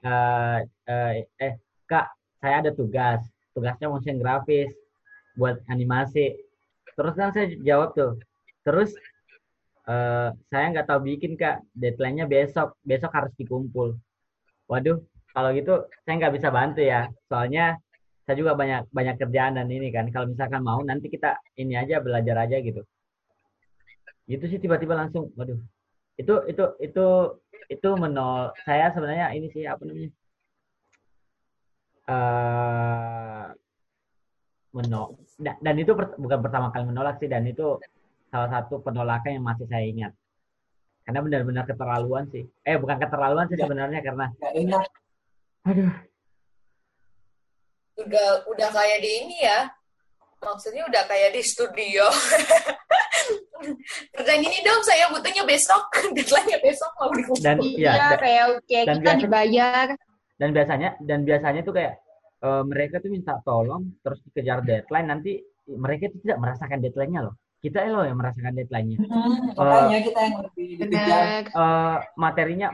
Kak, saya ada tugasnya motion grafis buat animasi." Terus kan saya jawab tuh, terus saya nggak tahu bikin Kak, deadline-nya besok harus dikumpul. Waduh, kalau gitu saya nggak bisa bantu ya, soalnya saya juga banyak kerjaan dan ini kan. Kalau misalkan mau nanti kita ini aja belajar aja gitu. Gitu sih tiba-tiba langsung, waduh. Itu menol. Saya sebenarnya ini sih apa namanya? Menolak. Dan itu bukan pertama kali menolak sih, dan itu salah satu penolakan yang masih saya ingat. Karena benar-benar keterlaluan sih. Bukan keterlaluan sih sebenarnya, karena Nggak enak. aduh. Udah kayak di ini ya. Maksudnya udah kayak di studio. Kerjaan ini dong, saya butuhnya besok. Deadline-nya besok mau dikumpul. Dan kayak dan kita dibayar. Dan biasanya tuh kayak mereka tuh minta tolong terus dikejar deadline, nanti mereka tuh tidak merasakan deadline-nya loh. Kita loh yang merasakan deadline-nya. Makanya kita yang lebih dikejar. Materinya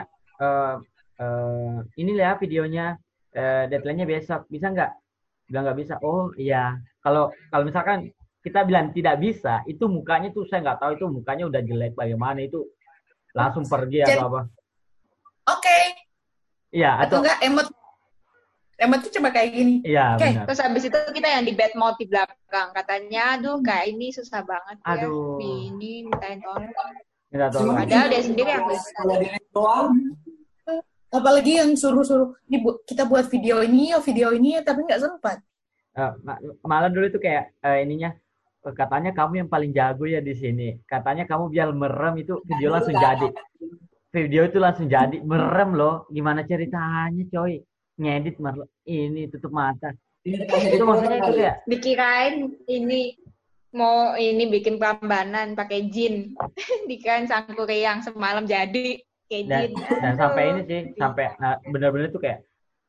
ini lah videonya, deadline-nya besok, bisa nggak? Bilang nggak bisa. Oh iya, kalau misalkan kita bilang tidak bisa, itu mukanya tuh saya nggak tahu itu mukanya udah jelek bagaimana, itu langsung pergi atau apa. Oke. Iya, atau enggak emot tuh coba kayak gini. Iya, benar. Terus habis itu kita yang di bad mode di belakang, katanya aduh kayak ini susah banget ya. Aduh. Ini mintain tolong. Minta tolong. Padahal dia sendiri yang bisa. Kalau diri doang, Apalagi yang suruh-suruh kita buat video ini ya, tapi nggak sempat. Malah dulu itu kayak ininya, katanya kamu yang paling jago ya di sini. Katanya kamu biar merem itu video langsung jadi. Video itu langsung jadi, merem loh. Gimana ceritanya, coy? Ngedit ini tutup mata. Itu maksudnya itu kayak dikirain ini mau ini bikin prambanan pakai jin. Dikirain sangkuriang semalam jadi kayak jin. Dan sampai ini sih, sampai benar-benar tuh kayak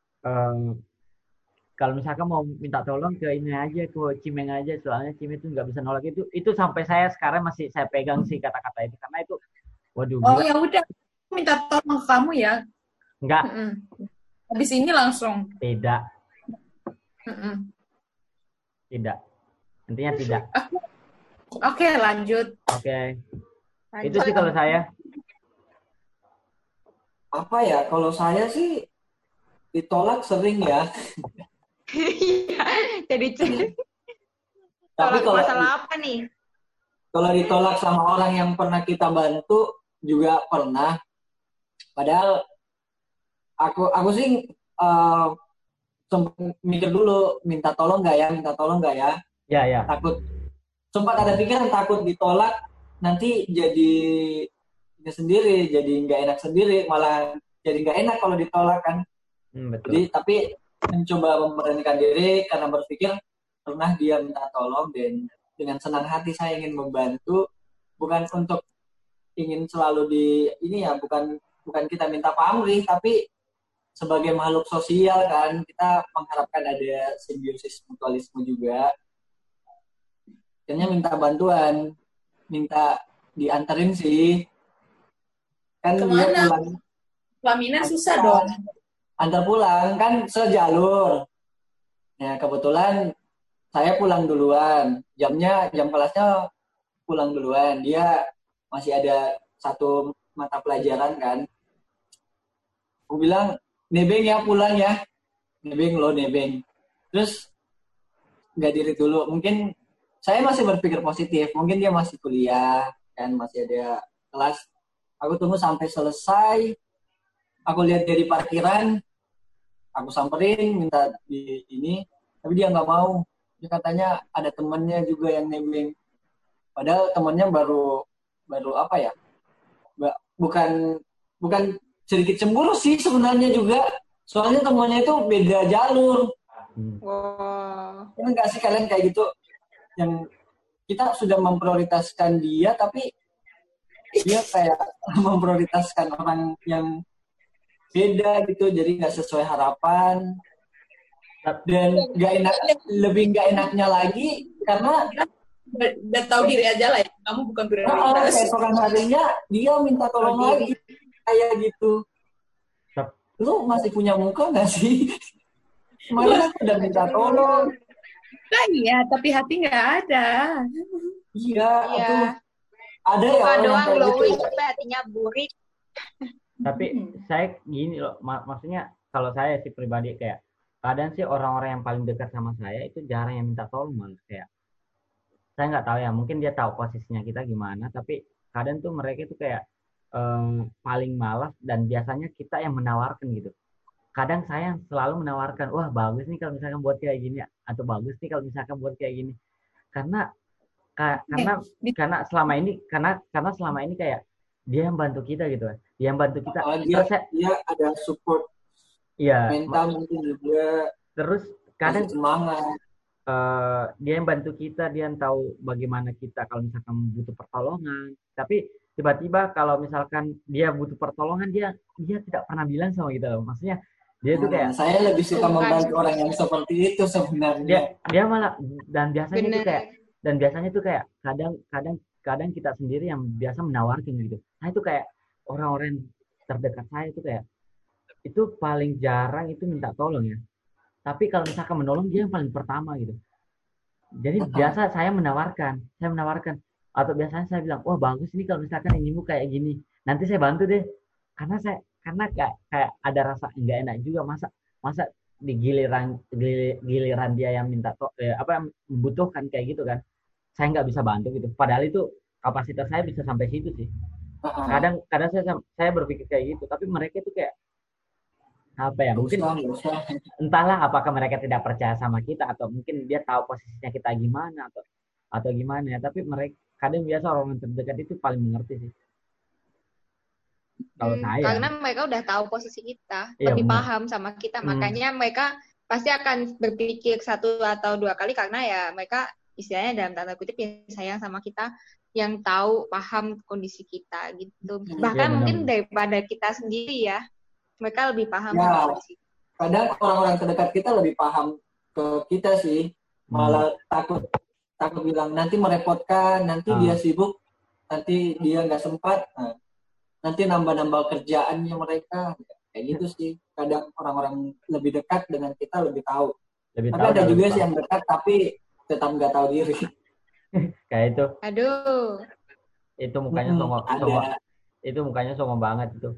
kalau misalkan mau minta tolong ke ini aja, ke Cimeng aja, soalnya Cimeng itu nggak bisa nolak itu sampai saya sekarang masih saya pegang sih kata-kata itu, karena itu waduh. Oh ya udah, minta tolong ke kamu ya. Enggak. Habis ini langsung. Tidak. Tidak. Intinya tidak. Oke, lanjut. Oke. Itu sih kalau saya. Apa ya? Kalau saya sih ditolak sering ya. Jadi Tapi kalau masalah apa nih? Kalau ditolak sama orang yang pernah kita bantu juga pernah. Padahal aku sih eh, sempat mikir dulu, minta tolong nggak ya, Ya. takut, sempat ada pikiran takut ditolak, nanti jadi sendiri, jadi nggak enak sendiri, malah jadi nggak enak kalau ditolak kan. Betul. Jadi tapi mencoba memberanikan diri karena berpikir pernah dia minta tolong dan dengan senang hati saya ingin membantu, bukan untuk ingin selalu di ini ya, bukan kita minta pamrih, tapi sebagai makhluk sosial kan kita mengharapkan ada simbiosis mutualisme juga. Akhirnya minta bantuan, minta dianterin sih. Kan dia Kemana? pulang. Pelaminan susah dong. Antar pulang kan sejalur. Ya kebetulan saya pulang duluan. Jam kelasnya pulang duluan. Dia masih ada satu mata pelajaran kan. Aku bilang, nebeng ya pulang ya. Nebeng. Terus nggak diri dulu. Mungkin saya masih berpikir positif. Mungkin dia masih kuliah kan, masih ada kelas. Aku tunggu sampai selesai. Aku lihat dari parkiran. Aku samperin, minta di ini. Tapi dia nggak mau. Dia katanya ada temannya juga yang nebeng. Padahal temannya baru apa ya? Bukan sedikit cemburu sih sebenarnya juga. Soalnya temannya itu beda jalur. Wow. Kan nggak sih kalian kayak gitu? Yang kita sudah memprioritaskan dia, tapi dia kayak memprioritaskan orang yang beda gitu, jadi nggak sesuai harapan. Dan lebih nggak enaknya lagi karena Udah tahu diri aja lah ya, kamu bukan prioritas. keesokan harinya dia minta tolong lagi kayak gitu. Lu masih punya muka nggak sih? Kemarin udah minta tolong. Nah, iya, tapi hati nggak ada. Iya. Ada ya Muka orang doang kayak glowing gitu. tapi hatinya burik. Tapi saya gini loh, maksudnya kalau saya sih pribadi kayak kadang sih orang-orang yang paling dekat sama saya itu jarang yang minta tolong, malah kayak saya nggak tahu ya, mungkin dia tahu posisinya kita gimana, tapi kadang tuh mereka itu kayak paling malas dan biasanya kita yang menawarkan gitu. Kadang saya yang selalu menawarkan, wah bagus nih kalau misalkan buat kayak gini, atau bagus nih kalau misalkan buat kayak gini, karena selama ini kayak dia yang bantu kita gitu kan, dia yang bantu kita. Dia ada support mental mungkin juga. Terus kadang semangat. Dia yang bantu kita, dia yang tahu bagaimana kita kalau misalkan butuh pertolongan. Tapi tiba-tiba kalau misalkan dia butuh pertolongan, dia tidak pernah bilang sama kita loh. Maksudnya dia tuh kayak saya lebih suka membantu orang yang seperti itu sebenarnya. Dia malah dan biasanya tuh kayak kadang kita sendiri yang biasa menawarkan gitu. Nah itu kayak orang-orang terdekat saya itu kayak itu paling jarang itu minta tolong ya. Tapi kalau misalkan menolong dia yang paling pertama gitu. Jadi biasa saya menawarkan atau biasanya saya bilang, wah bagus nih kalau misalkan inimu kayak gini, nanti saya bantu deh. Karena kayak ada rasa nggak enak juga, masa di giliran dia yang minta membutuhkan kayak gitu kan, saya nggak bisa bantu gitu. Padahal itu kapasitas saya bisa sampai situ sih. Kadang saya berpikir kayak gitu, tapi mereka itu kayak apa ya, mungkin entahlah apakah mereka tidak percaya sama kita atau mungkin dia tahu posisinya kita gimana atau gimana ya, tapi mereka kadang biasa orang terdekat itu paling mengerti sih kalau saya, karena mereka udah tahu posisi kita, benar. lebih paham sama kita, makanya mereka pasti akan berpikir 1 atau 2 kali karena ya mereka istilahnya dalam tanda kutip ya sayang sama kita, yang tahu paham kondisi kita gitu, bahkan mungkin daripada kita sendiri ya. Mereka lebih paham. Kadang orang-orang terdekat kita lebih paham ke kita sih. Malah takut bilang nanti merepotkan, nanti dia sibuk, nanti dia nggak sempat, nanti nambah kerjaannya mereka. Kayak gitu sih. Kadang orang-orang lebih dekat dengan kita lebih tahu. Tapi ada juga sih yang dekat tapi tetap nggak tahu diri. Kayak itu. Aduh. Itu mukanya itu mukanya songong banget itu.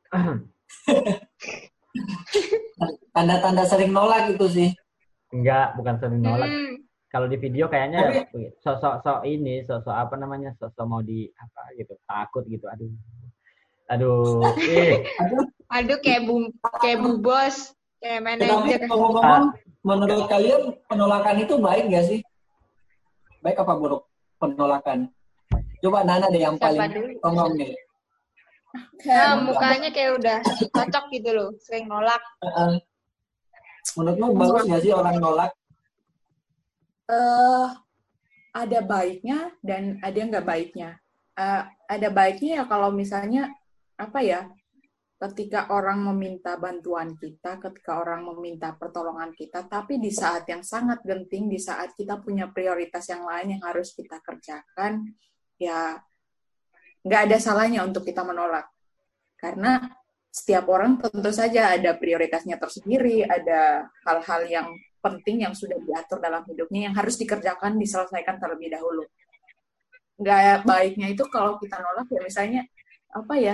Tanda-tanda sering nolak itu sih. Enggak, bukan sering nolak. Kalau di video kayaknya sosok apa namanya, sosok mau di apa gitu, takut gitu. Aduh. Aduh kayak bu bos. Kayak Tetapi manajer. ngomong-ngomong, menurut kalian penolakan itu baik nggak sih? Baik apa buruk penolakan? Coba Nana deh yang Siapa paling dulu? songong nih. Nah, mukanya kayak udah cocok gitu loh, sering nolak. Menurutmu bagus nggak sih orang nolak? Ada baiknya dan ada nggak baiknya. Ada baiknya ya kalau misalnya apa ya, ketika orang meminta bantuan kita, ketika orang meminta pertolongan kita, tapi di saat yang sangat genting, di saat kita punya prioritas yang lain yang harus kita kerjakan, ya nggak ada salahnya untuk kita menolak. Karena setiap orang tentu saja ada prioritasnya tersendiri, ada hal-hal yang penting yang sudah diatur dalam hidupnya yang harus dikerjakan, diselesaikan terlebih dahulu. Nggak baiknya itu kalau kita nolak ya misalnya apa ya,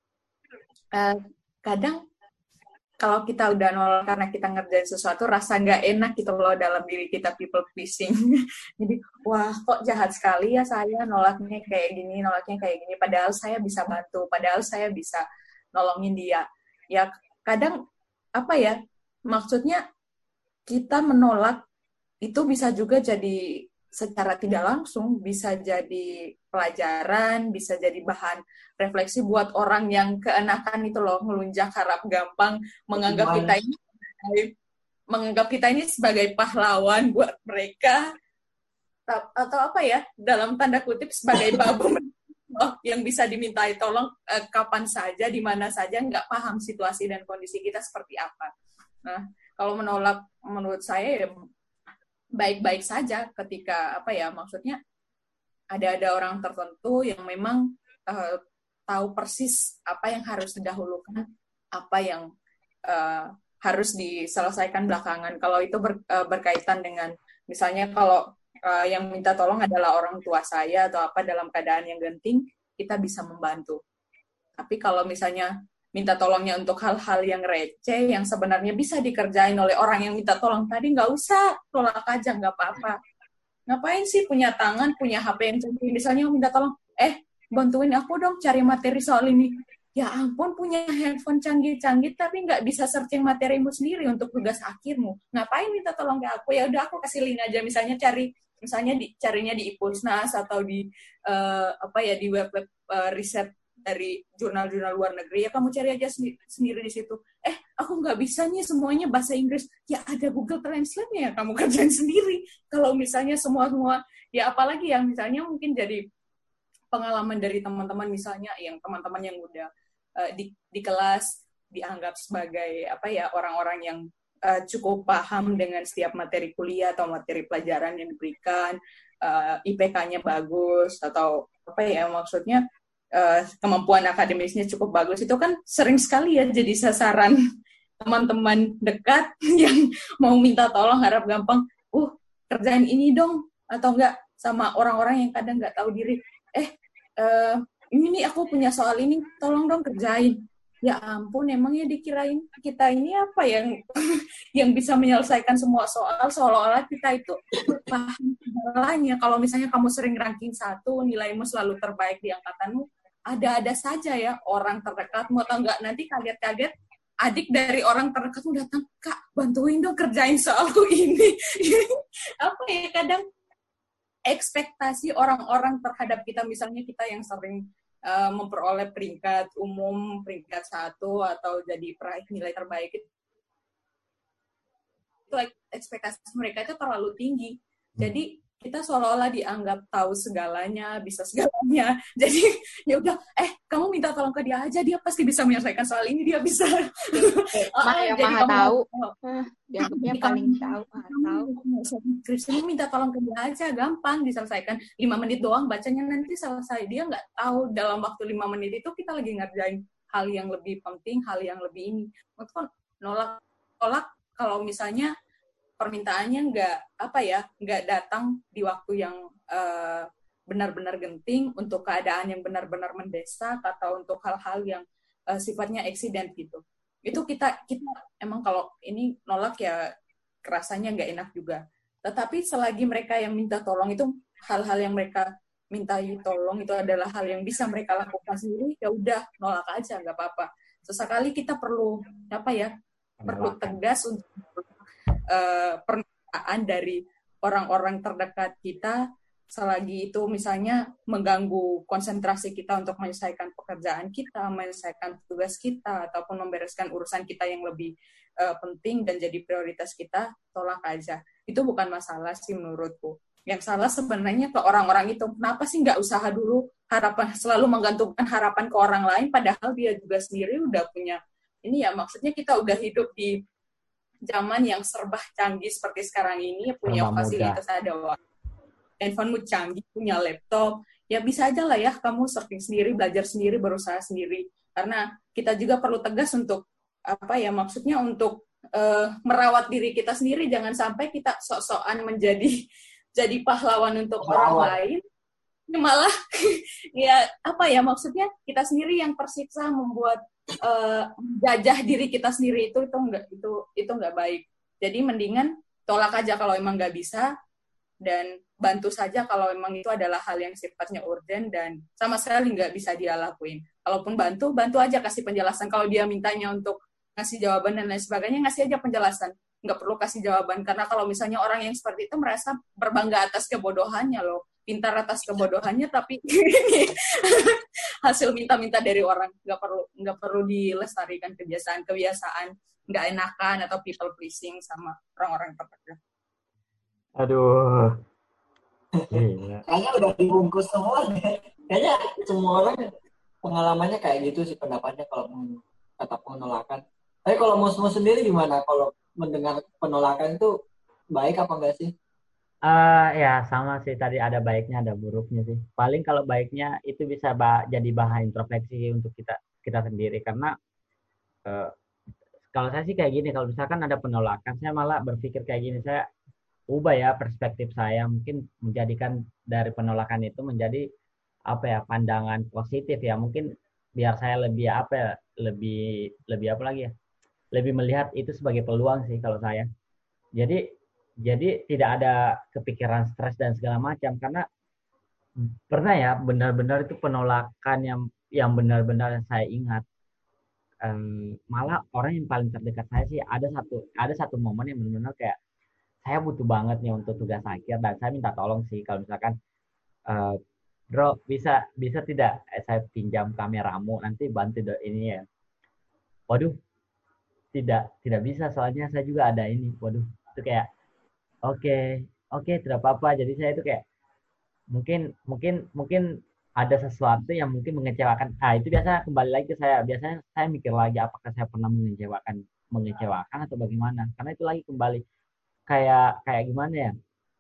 kadang kalau kita udah nolak karena kita ngerjain sesuatu, rasa nggak enak gitu loh dalam diri kita, people pleasing. Jadi, wah kok jahat sekali ya saya nolaknya kayak gini, padahal saya bisa bantu, padahal saya bisa nolongin dia. Ya kadang apa ya, maksudnya kita menolak itu bisa juga jadi secara tidak langsung, bisa jadi pelajaran, bisa jadi bahan refleksi buat orang yang keenakan itu loh, melunjak harap gampang, menganggap kita ini sebagai pahlawan buat mereka, atau apa ya, dalam tanda kutip sebagai babu yang bisa dimintai tolong kapan saja, di mana saja, nggak paham situasi dan kondisi kita seperti apa. Nah, kalau menolak menurut saya ya baik-baik saja ketika apa ya, maksudnya ada orang tertentu yang memang tahu persis apa yang harus didahulukan, apa yang harus diselesaikan belakangan. Kalau itu berkaitan dengan misalnya kalau yang minta tolong adalah orang tua saya atau apa dalam keadaan yang genting, kita bisa membantu. Tapi kalau misalnya minta tolongnya untuk hal-hal yang receh, yang sebenarnya bisa dikerjain oleh orang yang minta tolong tadi, nggak usah, tolak aja, nggak apa-apa. Ngapain sih punya tangan, punya HP yang canggih, misalnya minta tolong, bantuin aku dong cari materi soal ini. Ya ampun, punya handphone canggih-canggih, tapi nggak bisa searching materimu sendiri untuk tugas akhirmu. Ngapain minta tolong ke aku? Ya udah aku kasih link aja, misalnya carinya di Ipusnas atau di di web-web riset dari jurnal-jurnal luar negeri, ya kamu cari aja sendiri di situ. Aku nggak bisa nih semuanya bahasa Inggris. Ya ada Google Translate-nya, ya kamu kerjain sendiri. Kalau misalnya semua, ya apalagi yang misalnya mungkin jadi pengalaman dari teman-teman, misalnya yang teman-teman yang udah di kelas dianggap sebagai orang-orang yang cukup paham dengan setiap materi kuliah atau materi pelajaran yang diberikan, IPK-nya bagus atau maksudnya kemampuan akademisnya cukup bagus, itu kan sering sekali ya jadi sasaran teman-teman dekat yang mau minta tolong harap gampang, kerjain ini dong, atau enggak sama orang-orang yang kadang nggak tahu diri, ini nih aku punya soal ini, tolong dong kerjain. Ya ampun, emangnya dikirain kita ini apa yang bisa menyelesaikan semua soal, seolah-olah kita itu paham segalanya. Kalau misalnya kamu sering ranking 1, nilaimu selalu terbaik di angkatanmu, ada-ada saja ya orang terdekatmu, atau enggak nanti kaget-kaget adik dari orang terdekatmu datang, Kak, bantuin dong kerjain soalku ini. Kadang ekspektasi orang-orang terhadap kita, misalnya kita yang sering memperoleh peringkat umum, peringkat 1, atau jadi peraih nilai terbaik, itu ekspektasi mereka itu terlalu tinggi. Jadi kita seolah-olah dianggap tahu segalanya, bisa segalanya. Jadi ya udah, kamu minta tolong ke dia aja, dia pasti bisa menyelesaikan soal ini, dia bisa. Yang maha tahu. Dianggapnya paling tahu. Kamu minta tolong ke dia aja, gampang diselesaikan. 5 menit doang bacanya, nanti selesai. Dia nggak tahu dalam waktu 5 menit itu kita lagi ngerjain hal yang lebih penting, hal yang lebih ini. Maksudnya nolak kalau misalnya permintaannya nggak datang di waktu yang benar-benar genting, untuk keadaan yang benar-benar mendesak, atau untuk hal-hal yang sifatnya eksiden gitu. Itu kita emang kalau ini nolak ya rasanya nggak enak juga. Tetapi selagi mereka yang minta tolong itu, hal-hal yang mereka mintai tolong itu adalah hal yang bisa mereka lakukan sendiri, ya udah nolak aja, nggak apa-apa. Sesekali kita perlu perlu tegas untuk pernyataan dari orang-orang terdekat kita selagi itu misalnya mengganggu konsentrasi kita untuk menyelesaikan pekerjaan kita, menyelesaikan tugas kita, ataupun membereskan urusan kita yang lebih penting dan jadi prioritas kita, tolak aja. Itu bukan masalah sih menurutku. Yang salah sebenarnya ke orang-orang itu. Kenapa sih nggak usaha dulu selalu menggantungkan harapan ke orang lain, padahal dia juga sendiri udah punya, ini ya maksudnya kita udah hidup di zaman yang serba canggih seperti sekarang ini, punya fasilitas, ada handphonemu canggih, punya laptop, ya bisa aja lah ya kamu searching sendiri, belajar sendiri, berusaha sendiri. Karena kita juga perlu tegas untuk maksudnya untuk merawat diri kita sendiri, jangan sampai kita sok-sokan jadi pahlawan untuk orang lain, malah maksudnya kita sendiri yang tersiksa, membuat jajah diri kita sendiri itu nggak baik. Jadi mendingan tolak aja kalau emang nggak bisa, dan bantu saja kalau memang itu adalah hal yang sifatnya urgent dan sama sekali nggak bisa dia lakuin. Kalaupun bantu aja, kasih penjelasan. Kalau dia mintanya untuk ngasih jawaban dan lain sebagainya, ngasih aja penjelasan. Nggak perlu kasih jawaban, karena kalau misalnya orang yang seperti itu merasa berbangga atas kebodohannya loh, pintar atas kebodohannya, tapi hasil minta-minta dari orang. Nggak perlu dilestarikan kebiasaan nggak enakan atau people pleasing sama orang-orang terdekat. Aduh. Kayaknya udah dibungkus semua deh. Kayaknya semua orang pengalamannya kayak gitu sih, pendapatnya kalau kata penolakan. Tapi kalau Mus sendiri gimana? Kalau mendengar penolakan itu baik apa enggak sih? Ya sama sih, tadi ada baiknya ada buruknya sih. Paling kalau baiknya itu bisa jadi bahan introspeksi untuk kita sendiri, karena kalau saya sih kayak gini, kalau misalkan ada penolakan, saya malah berpikir kayak gini, saya ubah ya perspektif saya, mungkin menjadikan dari penolakan itu menjadi pandangan positif ya, mungkin biar saya lebih lebih melihat itu sebagai peluang sih kalau saya. Jadi tidak ada kepikiran stres dan segala macam, karena pernah ya benar-benar itu penolakan yang benar-benar saya ingat. Malah orang yang paling terdekat saya sih ada satu momen yang benar-benar kayak saya butuh banget nih untuk tugas akhir, dan saya minta tolong sih kalau misalkan bro bisa tidak saya pinjam kameramu, nanti bantu ini ya. Waduh, tidak bisa, soalnya saya juga ada ini. Waduh, itu kayak oke tidak apa-apa. Jadi saya itu kayak mungkin ada sesuatu yang mungkin mengecewakan. Itu biasa kembali lagi ke saya. Biasanya saya mikir lagi, apakah saya pernah mengecewakan atau bagaimana? Karena itu lagi kembali kayak gimana ya?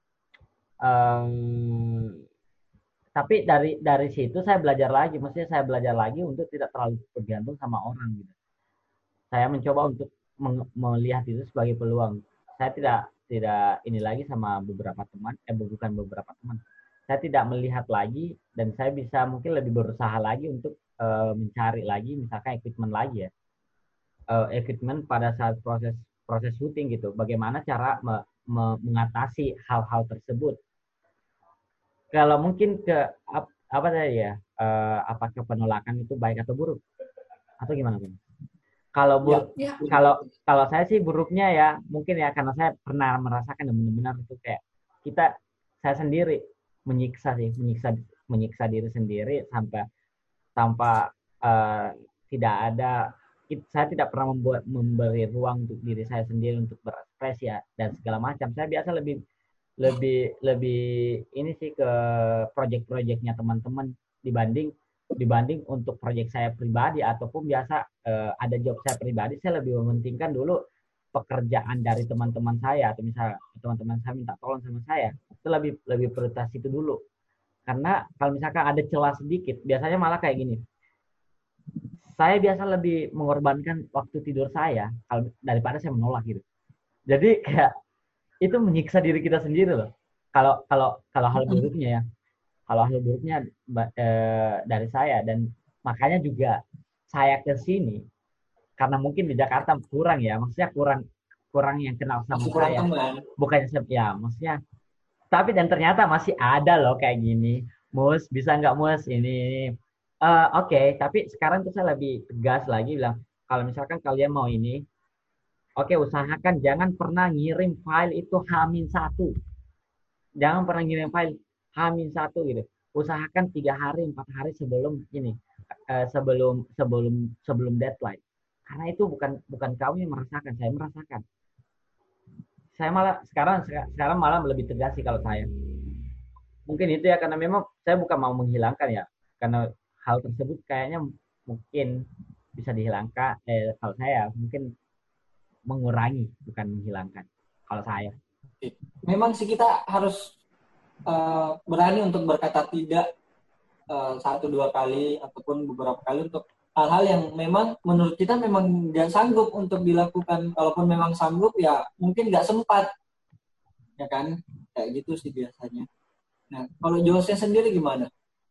Tapi dari situ saya belajar lagi. Maksudnya saya belajar lagi untuk tidak terlalu bergantung sama orang gitu. Saya mencoba untuk melihat itu sebagai peluang. Saya tidak ini lagi sama beberapa teman, bukan beberapa teman. Saya tidak melihat lagi, dan saya bisa mungkin lebih berusaha lagi untuk mencari lagi misalkan equipment lagi ya. Equipment pada saat proses syuting gitu. Bagaimana cara mengatasi hal-hal tersebut. Kalau mungkin apa tadi ya? Apakah penolakan itu baik atau buruk? Atau gimana, Bang? Kalau kalau saya sih buruknya ya mungkin ya, karena saya pernah merasakan benar-benar itu kayak saya sendiri menyiksa diri sendiri tanpa tidak ada, saya tidak pernah memberi ruang untuk diri saya sendiri untuk berekspresi ya dan segala macam. Saya biasa lebih ini sih ke proyek-proyeknya teman-teman dibanding untuk proyek saya pribadi, ataupun biasa ada job saya pribadi, saya lebih mementingkan dulu pekerjaan dari teman-teman saya, atau misalnya teman-teman saya minta tolong sama saya, itu lebih prioritas itu dulu. Karena kalau misalkan ada celah sedikit, biasanya malah kayak gini. Saya biasa lebih mengorbankan waktu tidur saya daripada saya menolak gitu. Jadi kayak itu menyiksa diri kita sendiri loh. Kalau hal buruknya ya. Kalau hal buruknya dari saya, dan makanya juga saya ke sini karena mungkin di Jakarta kurang ya, maksudnya kurang yang kenal sama saya. Bukannya ya, maksudnya. Tapi dan ternyata masih ada loh kayak gini. Mus, bisa nggak Mus ini? Oke, tapi sekarang tuh saya lebih tegas lagi bilang, kalau misalkan kalian mau ini, Oke, usahakan jangan pernah ngirim file itu H-1. Jangan pernah ngirim file H-1 gitu. Usahakan 3 hari, 4 hari sebelum ini, sebelum sebelum sebelum deadline. Karena itu bukan bukan kamu yang merasakan, saya merasakan. Saya malah sekarang malah lebih tegas sih kalau saya. Mungkin itu ya karena memang saya bukan mau menghilangkan ya. Karena hal tersebut kayaknya mungkin bisa dihilangkan. Kalau saya mungkin mengurangi bukan menghilangkan. Kalau saya. Memang sih kita harus berani untuk berkata tidak 1-2 kali ataupun beberapa kali untuk hal-hal yang memang menurut kita memang nggak sanggup untuk dilakukan. Kalaupun memang sanggup ya mungkin nggak sempat, ya kan? Kayak gitu sih biasanya. Nah, kalau Jose sendiri gimana?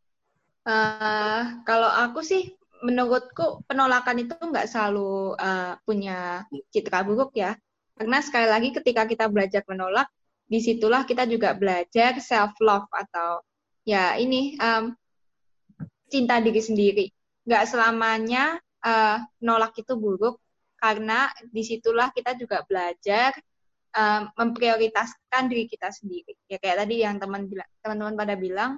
Kalau aku sih, menurutku penolakan itu nggak selalu punya citra buruk ya. Karena sekali lagi ketika kita belajar menolak, disitulah kita juga belajar self love atau ya ini cinta diri sendiri. Nggak selamanya nolak itu buruk, karena disitulah kita juga belajar memprioritaskan diri kita sendiri. Ya kayak tadi yang teman-teman pada bilang,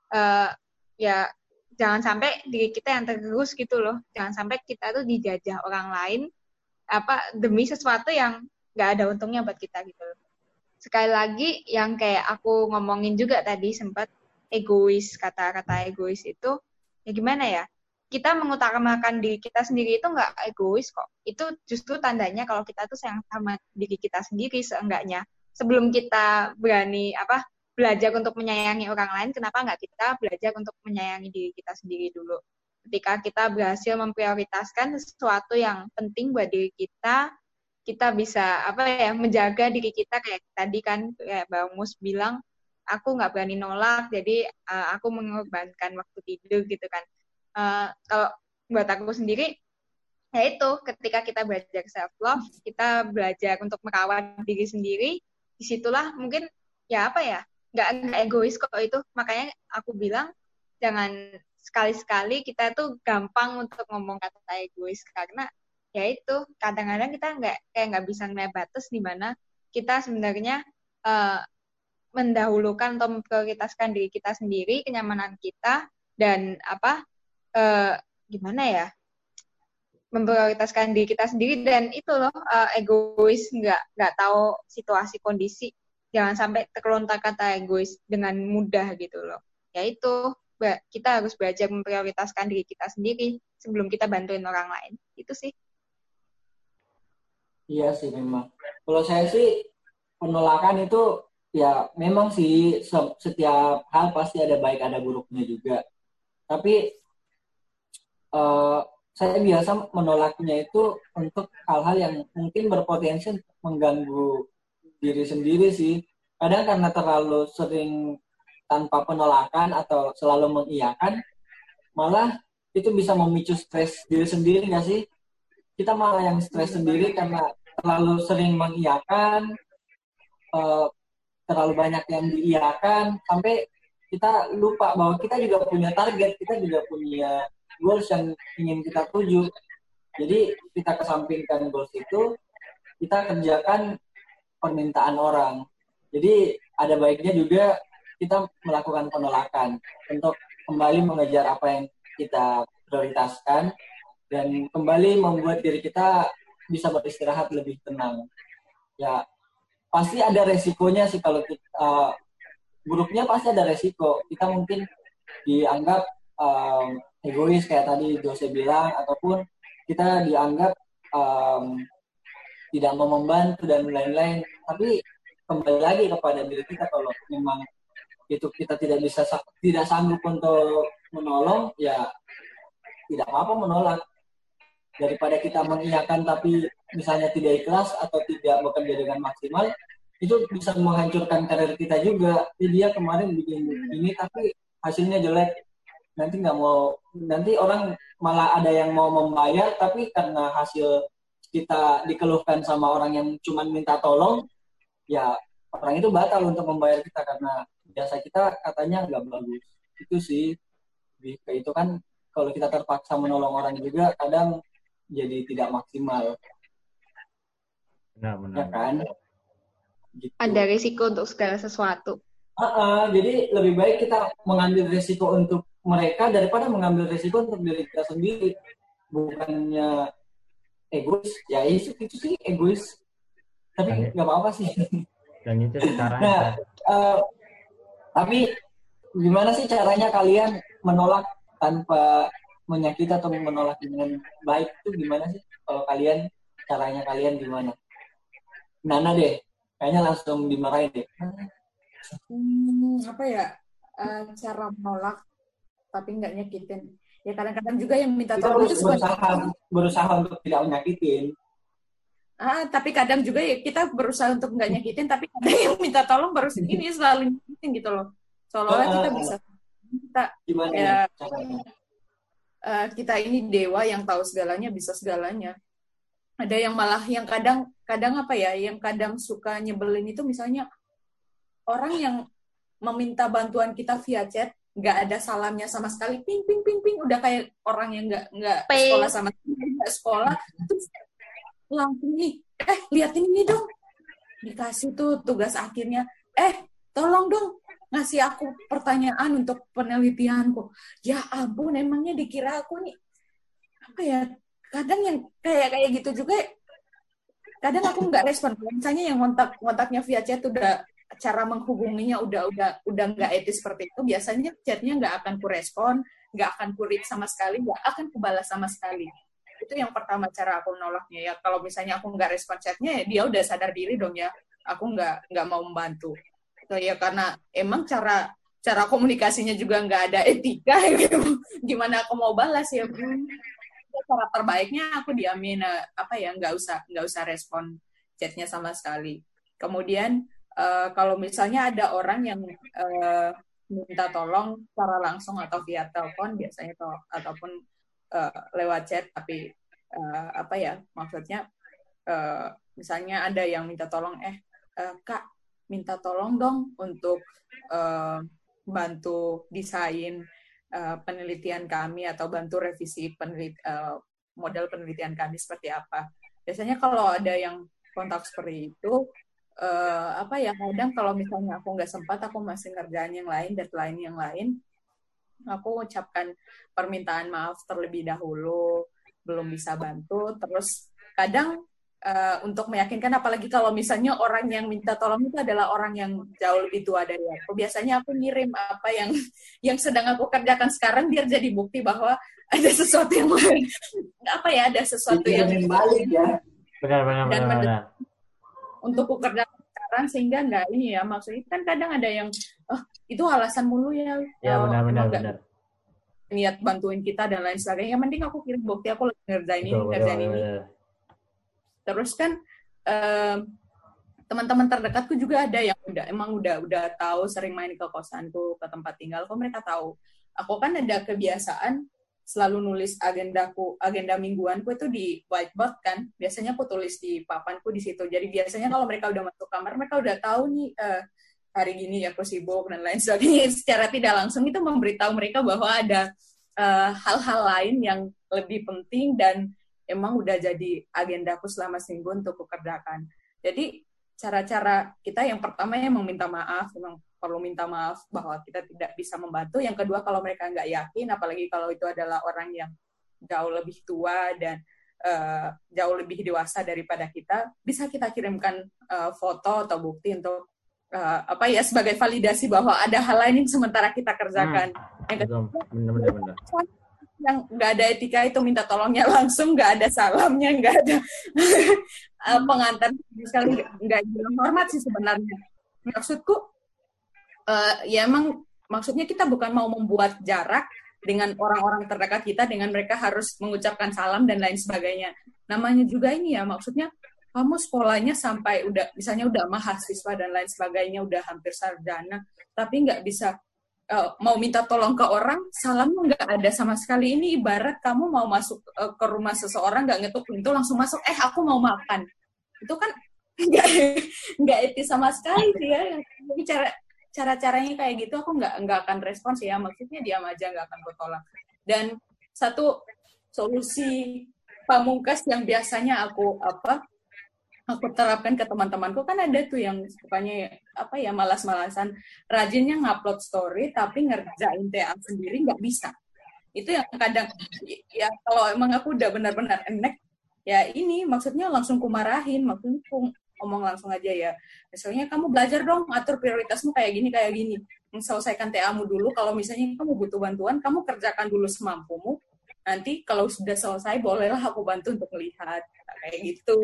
ya jangan sampai diri kita yang tergerus gitu loh. Jangan sampai kita tuh dijajah orang lain demi sesuatu yang nggak ada untungnya buat kita gitu loh. Sekali lagi yang kayak aku ngomongin juga tadi sempat egois, kata-kata egois itu ya gimana ya? Kita mengutamakan diri kita sendiri itu nggak egois kok. Itu justru tandanya kalau kita tuh sayang sama diri kita sendiri seenggaknya. Sebelum kita berani belajar untuk menyayangi orang lain, kenapa nggak kita belajar untuk menyayangi diri kita sendiri dulu? Ketika kita berhasil memprioritaskan sesuatu yang penting buat diri kita bisa menjaga diri kita kayak tadi kan kayak Bang Mus bilang, aku nggak berani nolak, jadi aku mengorbankan waktu tidur gitu kan. Kalau buat aku sendiri, ya itu ketika kita belajar self love, kita belajar untuk merawat diri sendiri, disitulah mungkin nggak egois kok itu. Makanya aku bilang jangan sekali-sekali kita tuh gampang untuk ngomong kata egois, karena ya itu kadang-kadang kita nggak bisa ngeliat batas di mana kita sebenarnya mendahulukan atau memprioritaskan diri kita sendiri, kenyamanan kita, dan gimana ya, memprioritaskan diri kita sendiri, dan itu loh egois, nggak tahu situasi kondisi. Jangan sampai terlontar kata egois dengan mudah gitu loh. Ya itu kita harus belajar memprioritaskan diri kita sendiri sebelum kita bantuin orang lain. Itu sih. Iya sih memang. Kalau saya sih penolakan itu ya memang sih setiap hal pasti ada baik ada buruknya juga. Tapi saya biasa menolaknya itu untuk hal-hal yang mungkin berpotensi mengganggu diri sendiri sih. Kadang karena terlalu sering tanpa penolakan atau selalu mengiyakan, malah itu bisa memicu stres diri sendiri nggak sih? Kita malah yang stres sendiri karena terlalu sering mengiyakan, terlalu banyak yang diiyakan, sampai kita lupa bahwa kita juga punya target, kita juga punya goals yang ingin kita tuju. Jadi kita kesampingkan goals itu, kita kerjakan permintaan orang. Jadi ada baiknya juga kita melakukan penolakan untuk kembali mengejar apa yang kita prioritaskan dan kembali membuat diri kita bisa beristirahat lebih tenang. Ya pasti ada resikonya sih kalau kita, buruknya pasti ada resiko. Kita mungkin dianggap egois kayak tadi Jose bilang, ataupun kita dianggap tidak mau membantu dan lain-lain. Tapi kembali lagi kepada diri kita, kalau memang itu kita tidak sanggup untuk menolong, ya tidak apa-apa menolak. Daripada kita mengiyakan tapi misalnya tidak ikhlas atau tidak bekerja dengan maksimal, itu bisa menghancurkan karir kita juga. Jadi dia kemarin bikin ini tapi hasilnya jelek, nanti orang malah ada yang mau membayar, tapi karena hasil kita dikeluhkan sama orang yang cuma minta tolong, ya orang itu batal untuk membayar kita karena jasa kita katanya nggak bagus. Itu sih, itu kan kalau kita terpaksa menolong orang juga kadang jadi tidak maksimal. Benar, ya kan? Gitu. Ada risiko untuk segala sesuatu. Jadi lebih baik kita mengambil risiko untuk mereka daripada mengambil risiko untuk diri kita sendiri. Bukannya egois, ya itu sih egois. Tapi nggak apa-apa sih. Dan itu sekarang Nah, tapi gimana sih caranya kalian menolak tanpa menyakiti atau menolak dengan baik itu gimana sih? Kalau caranya kalian gimana? Nana deh, kayaknya langsung dimarahin deh. Apa ya, cara menolak tapi nggak nyakitin. Ya kadang-kadang juga yang minta Kita tolong harus itu berusaha untuk tidak menyakitin. tapi kadang juga ya kita berusaha untuk nggak nyakitin, tapi kadang yang minta tolong baru ini selalu nyakitin gitu loh. Seolah-olah kita bisa, kita Gimana ya, caranya? kita ini dewa yang tahu segalanya, bisa segalanya. Ada yang malah yang kadang apa ya, yang kadang suka nyebelin itu misalnya orang yang meminta bantuan kita via chat, nggak ada salamnya sama sekali, ping ping ping ping, udah kayak orang yang nggak sekolah sama sekali, nggak sekolah, terus langsung nih, liatin ini dong, dikasih tuh tugas akhirnya, tolong dong ngasih aku pertanyaan untuk penelitianku. Ya ampun, emangnya dikira aku nih apa ya? Kadang yang kayak gitu juga, kadang aku nggak respon. Misalnya yang kontaknya via chat udah cara menghubunginya udah nggak etis seperti itu, biasanya chatnya nggak akan ku respon, nggak akan ku read sama sekali, nggak akan ku balas sama sekali. Itu yang pertama cara aku menolaknya ya. Kalau misalnya aku nggak respon chatnya, ya dia udah sadar diri dong ya, aku nggak mau membantu. So, ya karena emang cara komunikasinya juga nggak ada etika, gitu. Gimana aku mau balas ya? Cara terbaiknya aku diamin, nggak usah respon chatnya sama sekali. Kemudian kalau misalnya ada orang yang minta tolong secara langsung atau via telepon biasanya ataupun lewat chat, tapi maksudnya misalnya ada yang minta tolong, Kak, minta tolong dong untuk bantu desain penelitian kami atau bantu revisi model penelitian kami seperti apa. Biasanya kalau ada yang kontak seperti itu, kadang kalau misalnya aku nggak sempat, aku masih ngerjain yang lain, deadline yang lain, aku ucapkan permintaan maaf terlebih dahulu, belum bisa bantu. Terus kadang untuk meyakinkan, apalagi kalau misalnya orang yang minta tolong itu adalah orang yang jauh lebih tua dari aku, biasanya aku ngirim apa yang sedang aku kerjakan sekarang, biar jadi bukti bahwa ada sesuatu yang ada sesuatu yang balik ya. Benar. Untuk ku kerjakan sekarang, sehingga nggak ini ya, maksudnya kan kadang ada yang itu alasan mulu ya. Ya benar. Niat bantuin kita dan lain sebagainya. Yang penting aku kirim bukti aku lagi ngerjain ini. Terus kan teman-teman terdekatku juga ada yang udah tahu, sering main ke kosanku, ke tempat tinggalku, mereka tahu. Aku kan ada kebiasaan selalu nulis agenda mingguanku itu di whiteboard kan. Biasanya aku tulis di papanku di situ. Jadi biasanya kalau mereka udah masuk kamar, mereka udah tahu nih hari gini aku sibuk dan lain sebagainya. Secara tidak langsung itu memberitahu mereka bahwa ada hal-hal lain yang lebih penting dan emang udah jadi agendaku selama seminggu untuk kukerjakan. Jadi cara-cara kita yang pertama ya meminta maaf, memang perlu minta maaf bahwa kita tidak bisa membantu. Yang kedua, kalau mereka nggak yakin, apalagi kalau itu adalah orang yang jauh lebih tua dan jauh lebih dewasa daripada kita, bisa kita kirimkan foto atau bukti untuk sebagai validasi bahwa ada hal lain yang sementara kita kerjakan. Yang kedua, benar. Yang nggak ada etika itu minta tolongnya langsung, nggak ada salamnya, nggak ada pengantar sekali, nggak bilang hormat sih sebenarnya. Maksudku ya emang maksudnya kita bukan mau membuat jarak dengan orang-orang terdekat kita, dengan mereka harus mengucapkan salam dan lain sebagainya. Namanya juga ini ya, maksudnya kamu sekolahnya sampai misalnya udah mahasiswa dan lain sebagainya, udah hampir sarjana, tapi nggak bisa mau minta tolong ke orang, salamnya nggak ada sama sekali. Ini ibarat kamu mau masuk ke rumah seseorang, nggak ngetuk pintu, langsung masuk, aku mau makan. Itu kan nggak etis sama sekali sih ya. Jadi cara-caranya kayak gitu aku nggak akan respons ya, maksudnya diam aja, nggak akan gue tolak. Dan satu solusi pamungkas yang biasanya aku aku terapkan ke teman-temanku, kan ada tuh yang sukanya apa ya, malas-malasan, rajinnya ngupload story tapi ngerjain TA sendiri nggak bisa. Itu yang kadang ya, kalau emang aku udah benar-benar enek ya, ini maksudnya langsung kumarahin, maksudnya ngomong langsung aja ya. Misalnya kamu belajar dong, atur prioritasmu kayak gini. Selesaikan TA-mu dulu. Kalau misalnya kamu butuh bantuan, kamu kerjakan dulu semampumu. Nanti kalau sudah selesai, bolehlah aku bantu untuk melihat. Kayak gitu.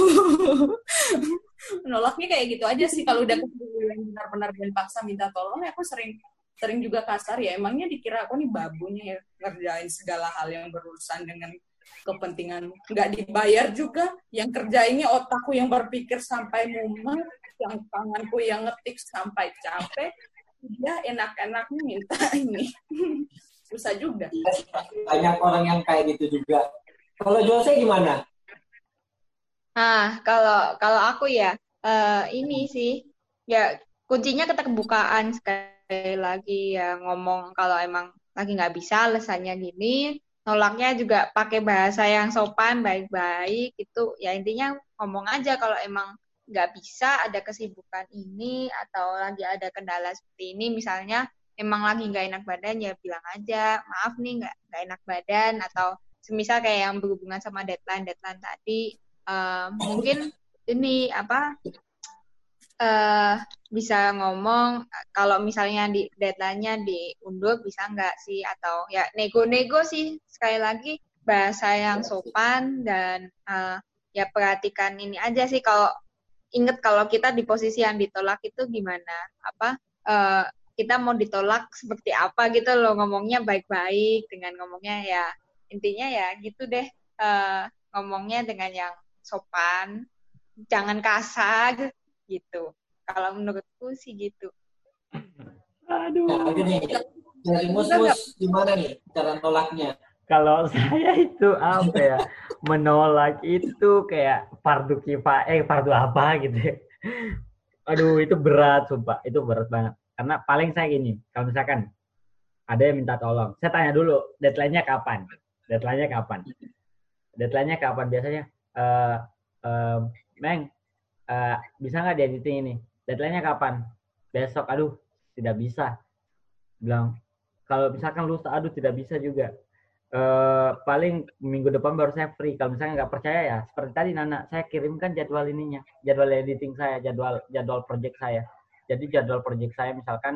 Menolaknya kayak gitu aja sih. Kalau udah yang benar-benar dan paksa minta tolong, aku sering juga kasar ya. Emangnya dikira aku nih babunya ya, ngerjain segala hal yang berurusan dengan kepentingan, nggak dibayar juga, yang kerjainnya otakku yang berpikir sampai mumet, yang tanganku yang ngetik sampai capek, dia enak-enaknya minta ini. Susah juga. Banyak orang yang kayak gitu juga. Kalau Jose gimana? Nah, kalau aku ya ini sih ya kuncinya keterbukaan, sekali lagi ya, ngomong kalau emang lagi nggak bisa alasannya gini, nolaknya juga pakai bahasa yang sopan, baik-baik gitu. Ya intinya ngomong aja kalau emang nggak bisa, ada kesibukan ini atau lagi ada kendala seperti ini, misalnya emang lagi nggak enak badan, ya bilang aja maaf nih nggak enak badan, atau semisal kayak yang berhubungan sama deadline tadi. Mungkin ini apa bisa ngomong kalau misalnya di deadline-nya diundur bisa nggak sih, atau ya nego-nego sih, sekali lagi bahasa yang sopan dan ya perhatikan ini aja sih. Kalau inget kalau kita di posisi yang ditolak itu gimana, apa kita mau ditolak seperti apa gitu loh, ngomongnya baik-baik, dengan ngomongnya ya intinya ya gitu deh, ngomongnya dengan yang sopan, jangan kasar gitu. Kalau menurutku sih gitu. Aduh. Nah, gini, dari Mus gimana nih cara nolaknya? Kalau saya itu apa ya, menolak itu kayak fardu apa gitu ya. Aduh, itu berat, sumpah. Itu berat banget. Karena paling saya gini, kalau misalkan ada yang minta tolong, saya tanya dulu, deadline-nya kapan? Biasanya, Meng, bisa nggak di editing ini? Deadline-nya kapan? Besok. Aduh, tidak bisa. Bilang, kalau misalkan lusa, aduh tidak bisa juga. Paling minggu depan baru saya free. Kalau misalnya nggak percaya ya, seperti tadi Nana, saya kirimkan jadwal editing saya, jadwal project saya. Jadi jadwal project saya misalkan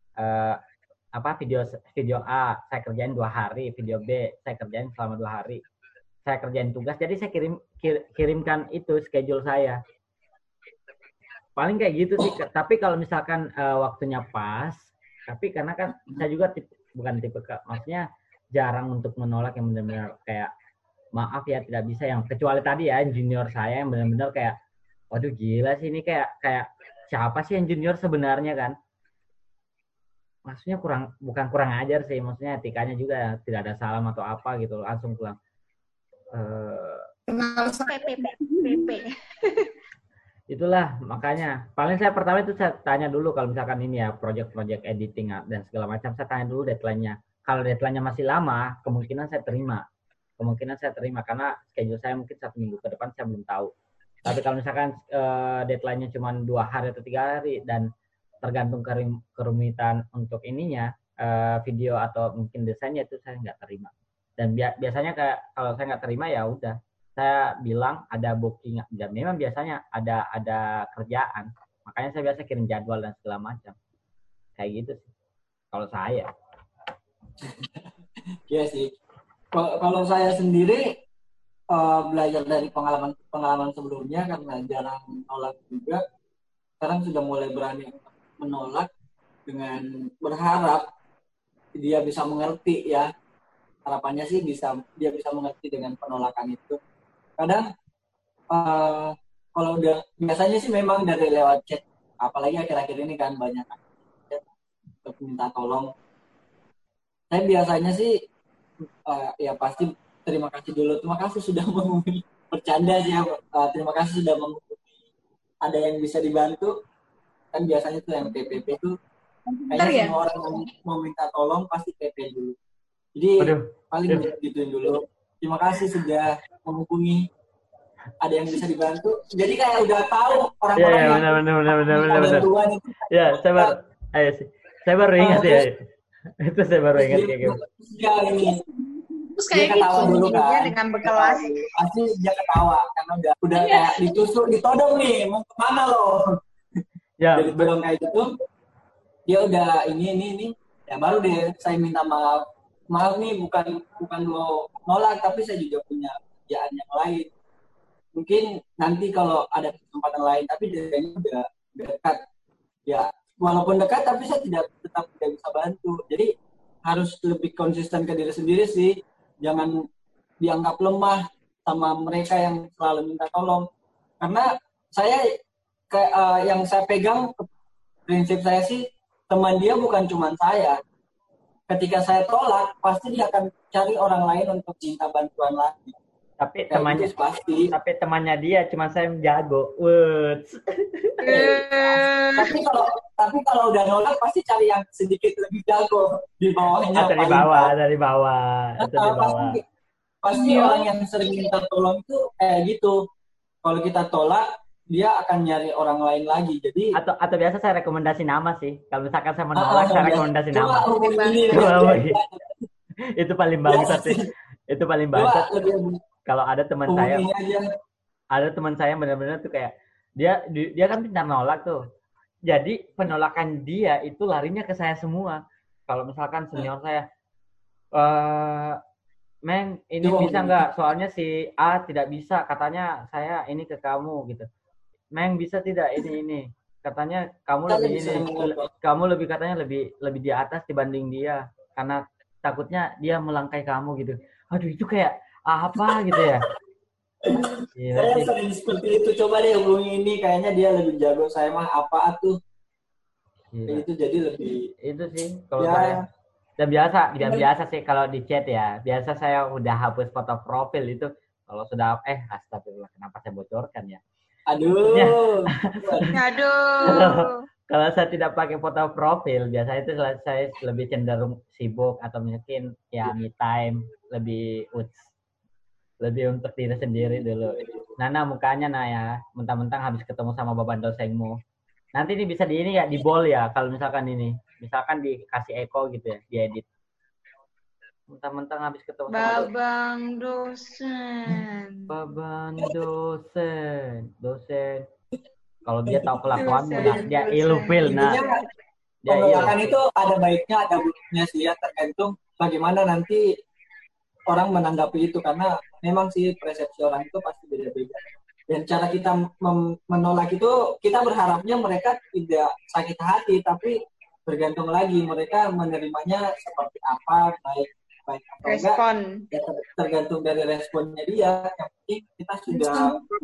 video A saya kerjain 2 hari, video B saya kerjain selama 2 hari. Saya kerjain tugas, jadi saya kirimkan itu schedule saya. Paling kayak gitu sih. Tapi kalau misalkan waktunya pas, tapi karena kan saya juga bukan tipe, maksudnya jarang untuk menolak yang benar-benar kayak maaf ya tidak bisa, yang kecuali tadi ya junior saya yang benar-benar kayak waduh gila sih ini, kayak siapa sih yang junior sebenarnya kan, maksudnya bukan kurang ajar sih, maksudnya etikanya juga tidak ada salam atau apa gitu, langsung pulang. PP. Itulah makanya paling saya pertama itu saya tanya dulu, kalau misalkan ini ya project editing dan segala macam, saya tanya dulu deadline-nya. Kalau deadline-nya masih lama, kemungkinan saya terima karena schedule saya mungkin 1 minggu ke depan saya belum tahu. Tapi kalau misalkan deadline-nya cuma 2 hari atau 3 hari dan tergantung kerumitan untuk ininya, video atau mungkin desainnya, itu saya nggak terima. Dan biasanya kalau saya nggak terima ya udah, saya bilang ada booking, dan memang biasanya ada kerjaan, makanya saya biasa kirim jadwal dan segala macam kayak gitu sih kalau saya. Iya sih. Kalau saya sendiri belajar dari pengalaman sebelumnya, karena jarang menolak juga, sekarang sudah mulai berani menolak dengan berharap dia bisa mengerti ya. Harapannya sih dia bisa mengerti dengan penolakan itu. Kadang kalau udah biasanya sih memang dari lewat chat, apalagi akhir-akhir ini kan banyak chat untuk minta tolong. Saya biasanya sih ya pasti terima kasih dulu, terima kasih sudah menghubungi, bercanda sih ya, terima kasih sudah menghubungi, ada yang bisa dibantu kan. Biasanya tuh yang PPP tuh kayaknya semua orang mau minta tolong pasti PP dulu. Jadi paling gituin dulu, terima kasih sudah menghubungi. ada yang bisa dibantu. Jadi kayak udah tahu Iya, orang-orang iya, yang benar. minta bantuan itu. Ya, saya baru ingat ya. Itu saya baru ingat kayak gitu. Ya ini Terus dia kayak ketawa gitu. dulu Jadinya kan. dengan berkelas. Pasti dia ketawa karena udah kayak ditusuk, ditodong nih, mau kemana lo? Ya, Jadi belum kayak gitu, dia udah ini. Ya baru deh saya minta maaf. Maaf nih bukan lo nolak, tapi saya juga punya kerjaan yang lain. Mungkin nanti kalau ada kesempatan lain, tapi dia udah dekat. Ya walaupun dekat, tapi saya tetap tidak bisa bantu. Jadi harus lebih konsisten ke diri sendiri sih. Jangan dianggap lemah sama mereka yang selalu minta tolong. Karena saya yang saya pegang prinsip saya sih, teman dia bukan cuma saya. Ketika saya tolak, pasti dia akan cari orang lain untuk minta bantuan lagi. tapi Kayak temannya gitu pasti. temannya dia cuma saya yang jago. Wuts. Tapi kalau udah nolak pasti cari yang sedikit lebih jago di bawahnya. Dari paling bawah, tahu. dari bawah. Itu di bawah. Pasti orang yang sering minta tolong itu kayak gitu. Kalau kita tolak, dia akan nyari orang lain lagi. Jadi Atau biasa saya rekomendasi nama sih. Kalau misalkan saya menolak, saya rekomendasi nama. Coba Itu paling bangsat sih. Itu paling bangsat. Kalau ada teman saya, benar-benar tuh kayak dia kan pintar nolak tuh. Jadi penolakan dia itu larinya ke saya semua. Kalau misalkan senior saya, Meng, ini bisa nggak? Soalnya si A tidak bisa, katanya saya ini ke kamu gitu. Meng, bisa tidak ini? Katanya kamu lebih ini, kamu lebih katanya lebih di atas dibanding dia, karena takutnya dia melangkai kamu gitu. Aduh, itu kayak apa gitu ya? Saya sering seperti itu. Coba deh hubungi ini, kayaknya dia lebih jago. Saya mah apa tuh? Itu jadi lebih itu sih kalau saya. Dan biasa sih kalau di chat ya. Biasa saya udah hapus foto profil itu. Kalau sudah astagfirullah, kenapa saya bocorkan ya? Aduh. Kalau saya tidak pakai foto profil, biasanya itu saya lebih cenderung sibuk atau mungkin ya me time, lebih untuk diri sendiri dulu. Nana mukanya ya, mentang-mentang habis ketemu sama baban dosengmu. Nanti ini bisa di bol ya, kalau misalkan dikasih eko gitu ya, diedit. Mentang-mentang habis ketemu sama Babang dosen. Kalau dia tahu kelakuanmu, dia ilfil. Penolakan itu ada baiknya, ada buruknya sih ya, tergantung bagaimana nanti orang menanggapi itu, karena memang sih persepsi orang itu pasti beda-beda. Dan cara kita menolak itu, kita berharapnya mereka tidak sakit hati, tapi bergantung lagi mereka menerimanya seperti apa, baik atau respon. Enggak, ya tergantung dari responnya dia. Yang penting kita sudah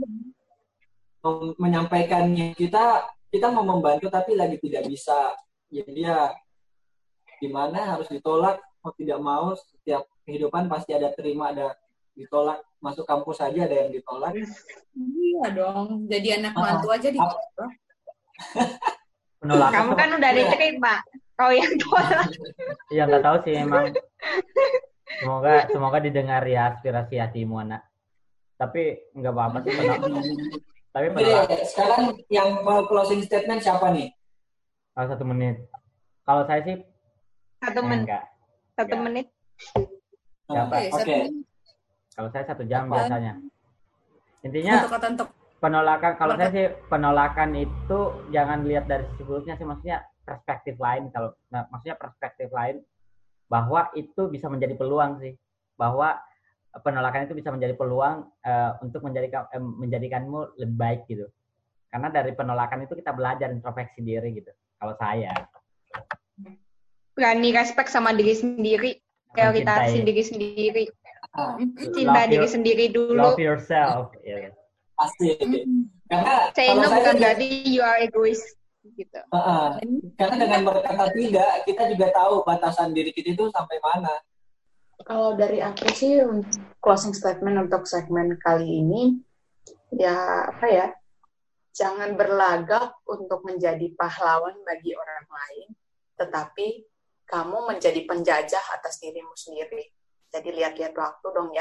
menyampaikannya, kita mau membantu tapi lagi tidak bisa. Jadi ya gimana, harus ditolak, mau tidak mau, setiap kehidupan pasti ada terima, ada ditolak. Masuk kampus aja ada yang ditolak. Iya dong, jadi anak mantu aja ditolak. Penolakan Kamu kan udah diterima, kau yang tolak. Iya, nggak tahu sih emang. Semoga didengar ya aspirasi hatimu, anak. Tapi nggak apa-apa sih Tapi sekarang yang mau closing statement siapa nih? 1 menit. Kalau saya sih 1 menit. 1 menit. Oke. Kalau saya 1 jam biasanya. Intinya penolakan. Kalau saya sih penolakan itu jangan lihat dari sisi buruknya sih, maksudnya perspektif lain. Maksudnya perspektif lain bahwa itu bisa menjadi peluang sih. Bahwa penolakan itu bisa menjadi peluang untuk menjadikanmu lebih baik gitu. Karena dari penolakan itu kita belajar introspeksi diri gitu. Kalau saya. Berani respect sama diri sendiri. Prioritaskan diri sendiri. Cinta diri sendiri dulu. Love yourself. Yeah. Pasti. Karena say no bukan berarti you are egois gitu. Karena dengan berkata tidak, kita juga tahu batasan diri kita itu sampai mana. Kalau dari aku sih closing statement untuk segmen kali ini ya jangan berlagak untuk menjadi pahlawan bagi orang lain, tetapi kamu menjadi penjajah atas dirimu sendiri. Jadi lihat-lihat waktu dong ya.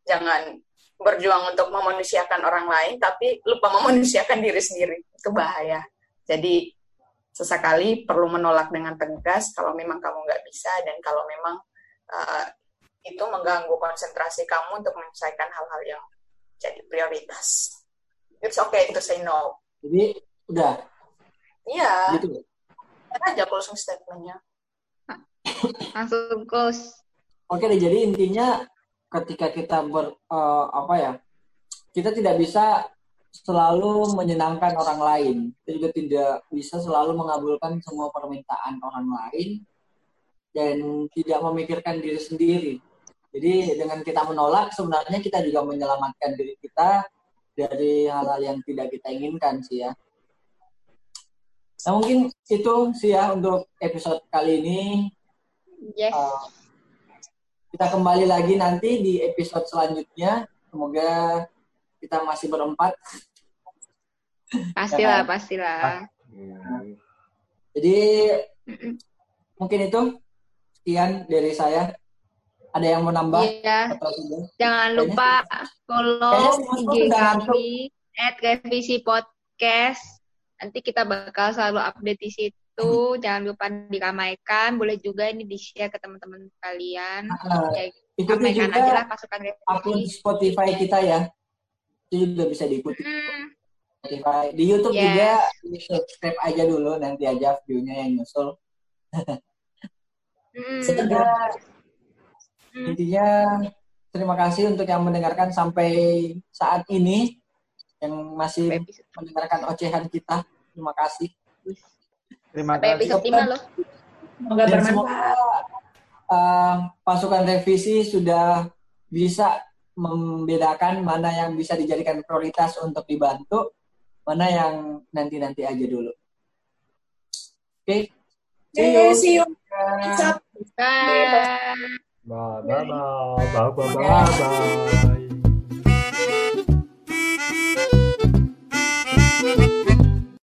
Jangan berjuang untuk memanusiakan orang lain, tapi lupa memanusiakan diri sendiri. Itu bahaya. Jadi, sesekali perlu menolak dengan tegas kalau memang kamu nggak bisa, dan kalau memang itu mengganggu konsentrasi kamu untuk menyelesaikan hal-hal yang jadi prioritas. It's okay to say no. Jadi udah Iya, gitu. aja closing statement-nya. Langsung close. Oke deh, jadi intinya ketika kita kita tidak bisa selalu menyenangkan orang lain. Kita juga tidak bisa selalu mengabulkan semua permintaan orang lain dan tidak memikirkan diri sendiri. Jadi dengan kita menolak, sebenarnya kita juga menyelamatkan diri kita dari hal-hal yang tidak kita inginkan sih ya. Nah mungkin itu sih ya untuk episode kali ini. Yes. Kita kembali lagi nanti di episode selanjutnya. Semoga kita masih berempat. Pastilah. Jadi mungkin itu sekian dari saya. Ada yang mau nambah? Iya. Atau sudah? Jangan lupa follow IG kami @revisi podcast. Nanti kita bakal selalu update di situ. Jangan lupa diramaikan. Boleh juga ini di-share ke teman-teman kalian. Ikuti Ramaikan juga aja lah pasukan akun revisi. Spotify kita ya. Itu juga bisa diikuti. Spotify. Di YouTube juga subscribe aja dulu. Nanti aja videonya yang nyusul. Intinya terima kasih untuk yang mendengarkan sampai saat ini, yang masih mendengarkan ocehan kita. Terima kasih. Terima Sampai kasih. episode 5 loh. Semoga Dan bermanfaat. semoga pasukan revisi sudah bisa membedakan mana yang bisa dijadikan prioritas untuk dibantu, mana yang nanti-nanti aja dulu. Oke. See you. Bye. Bye.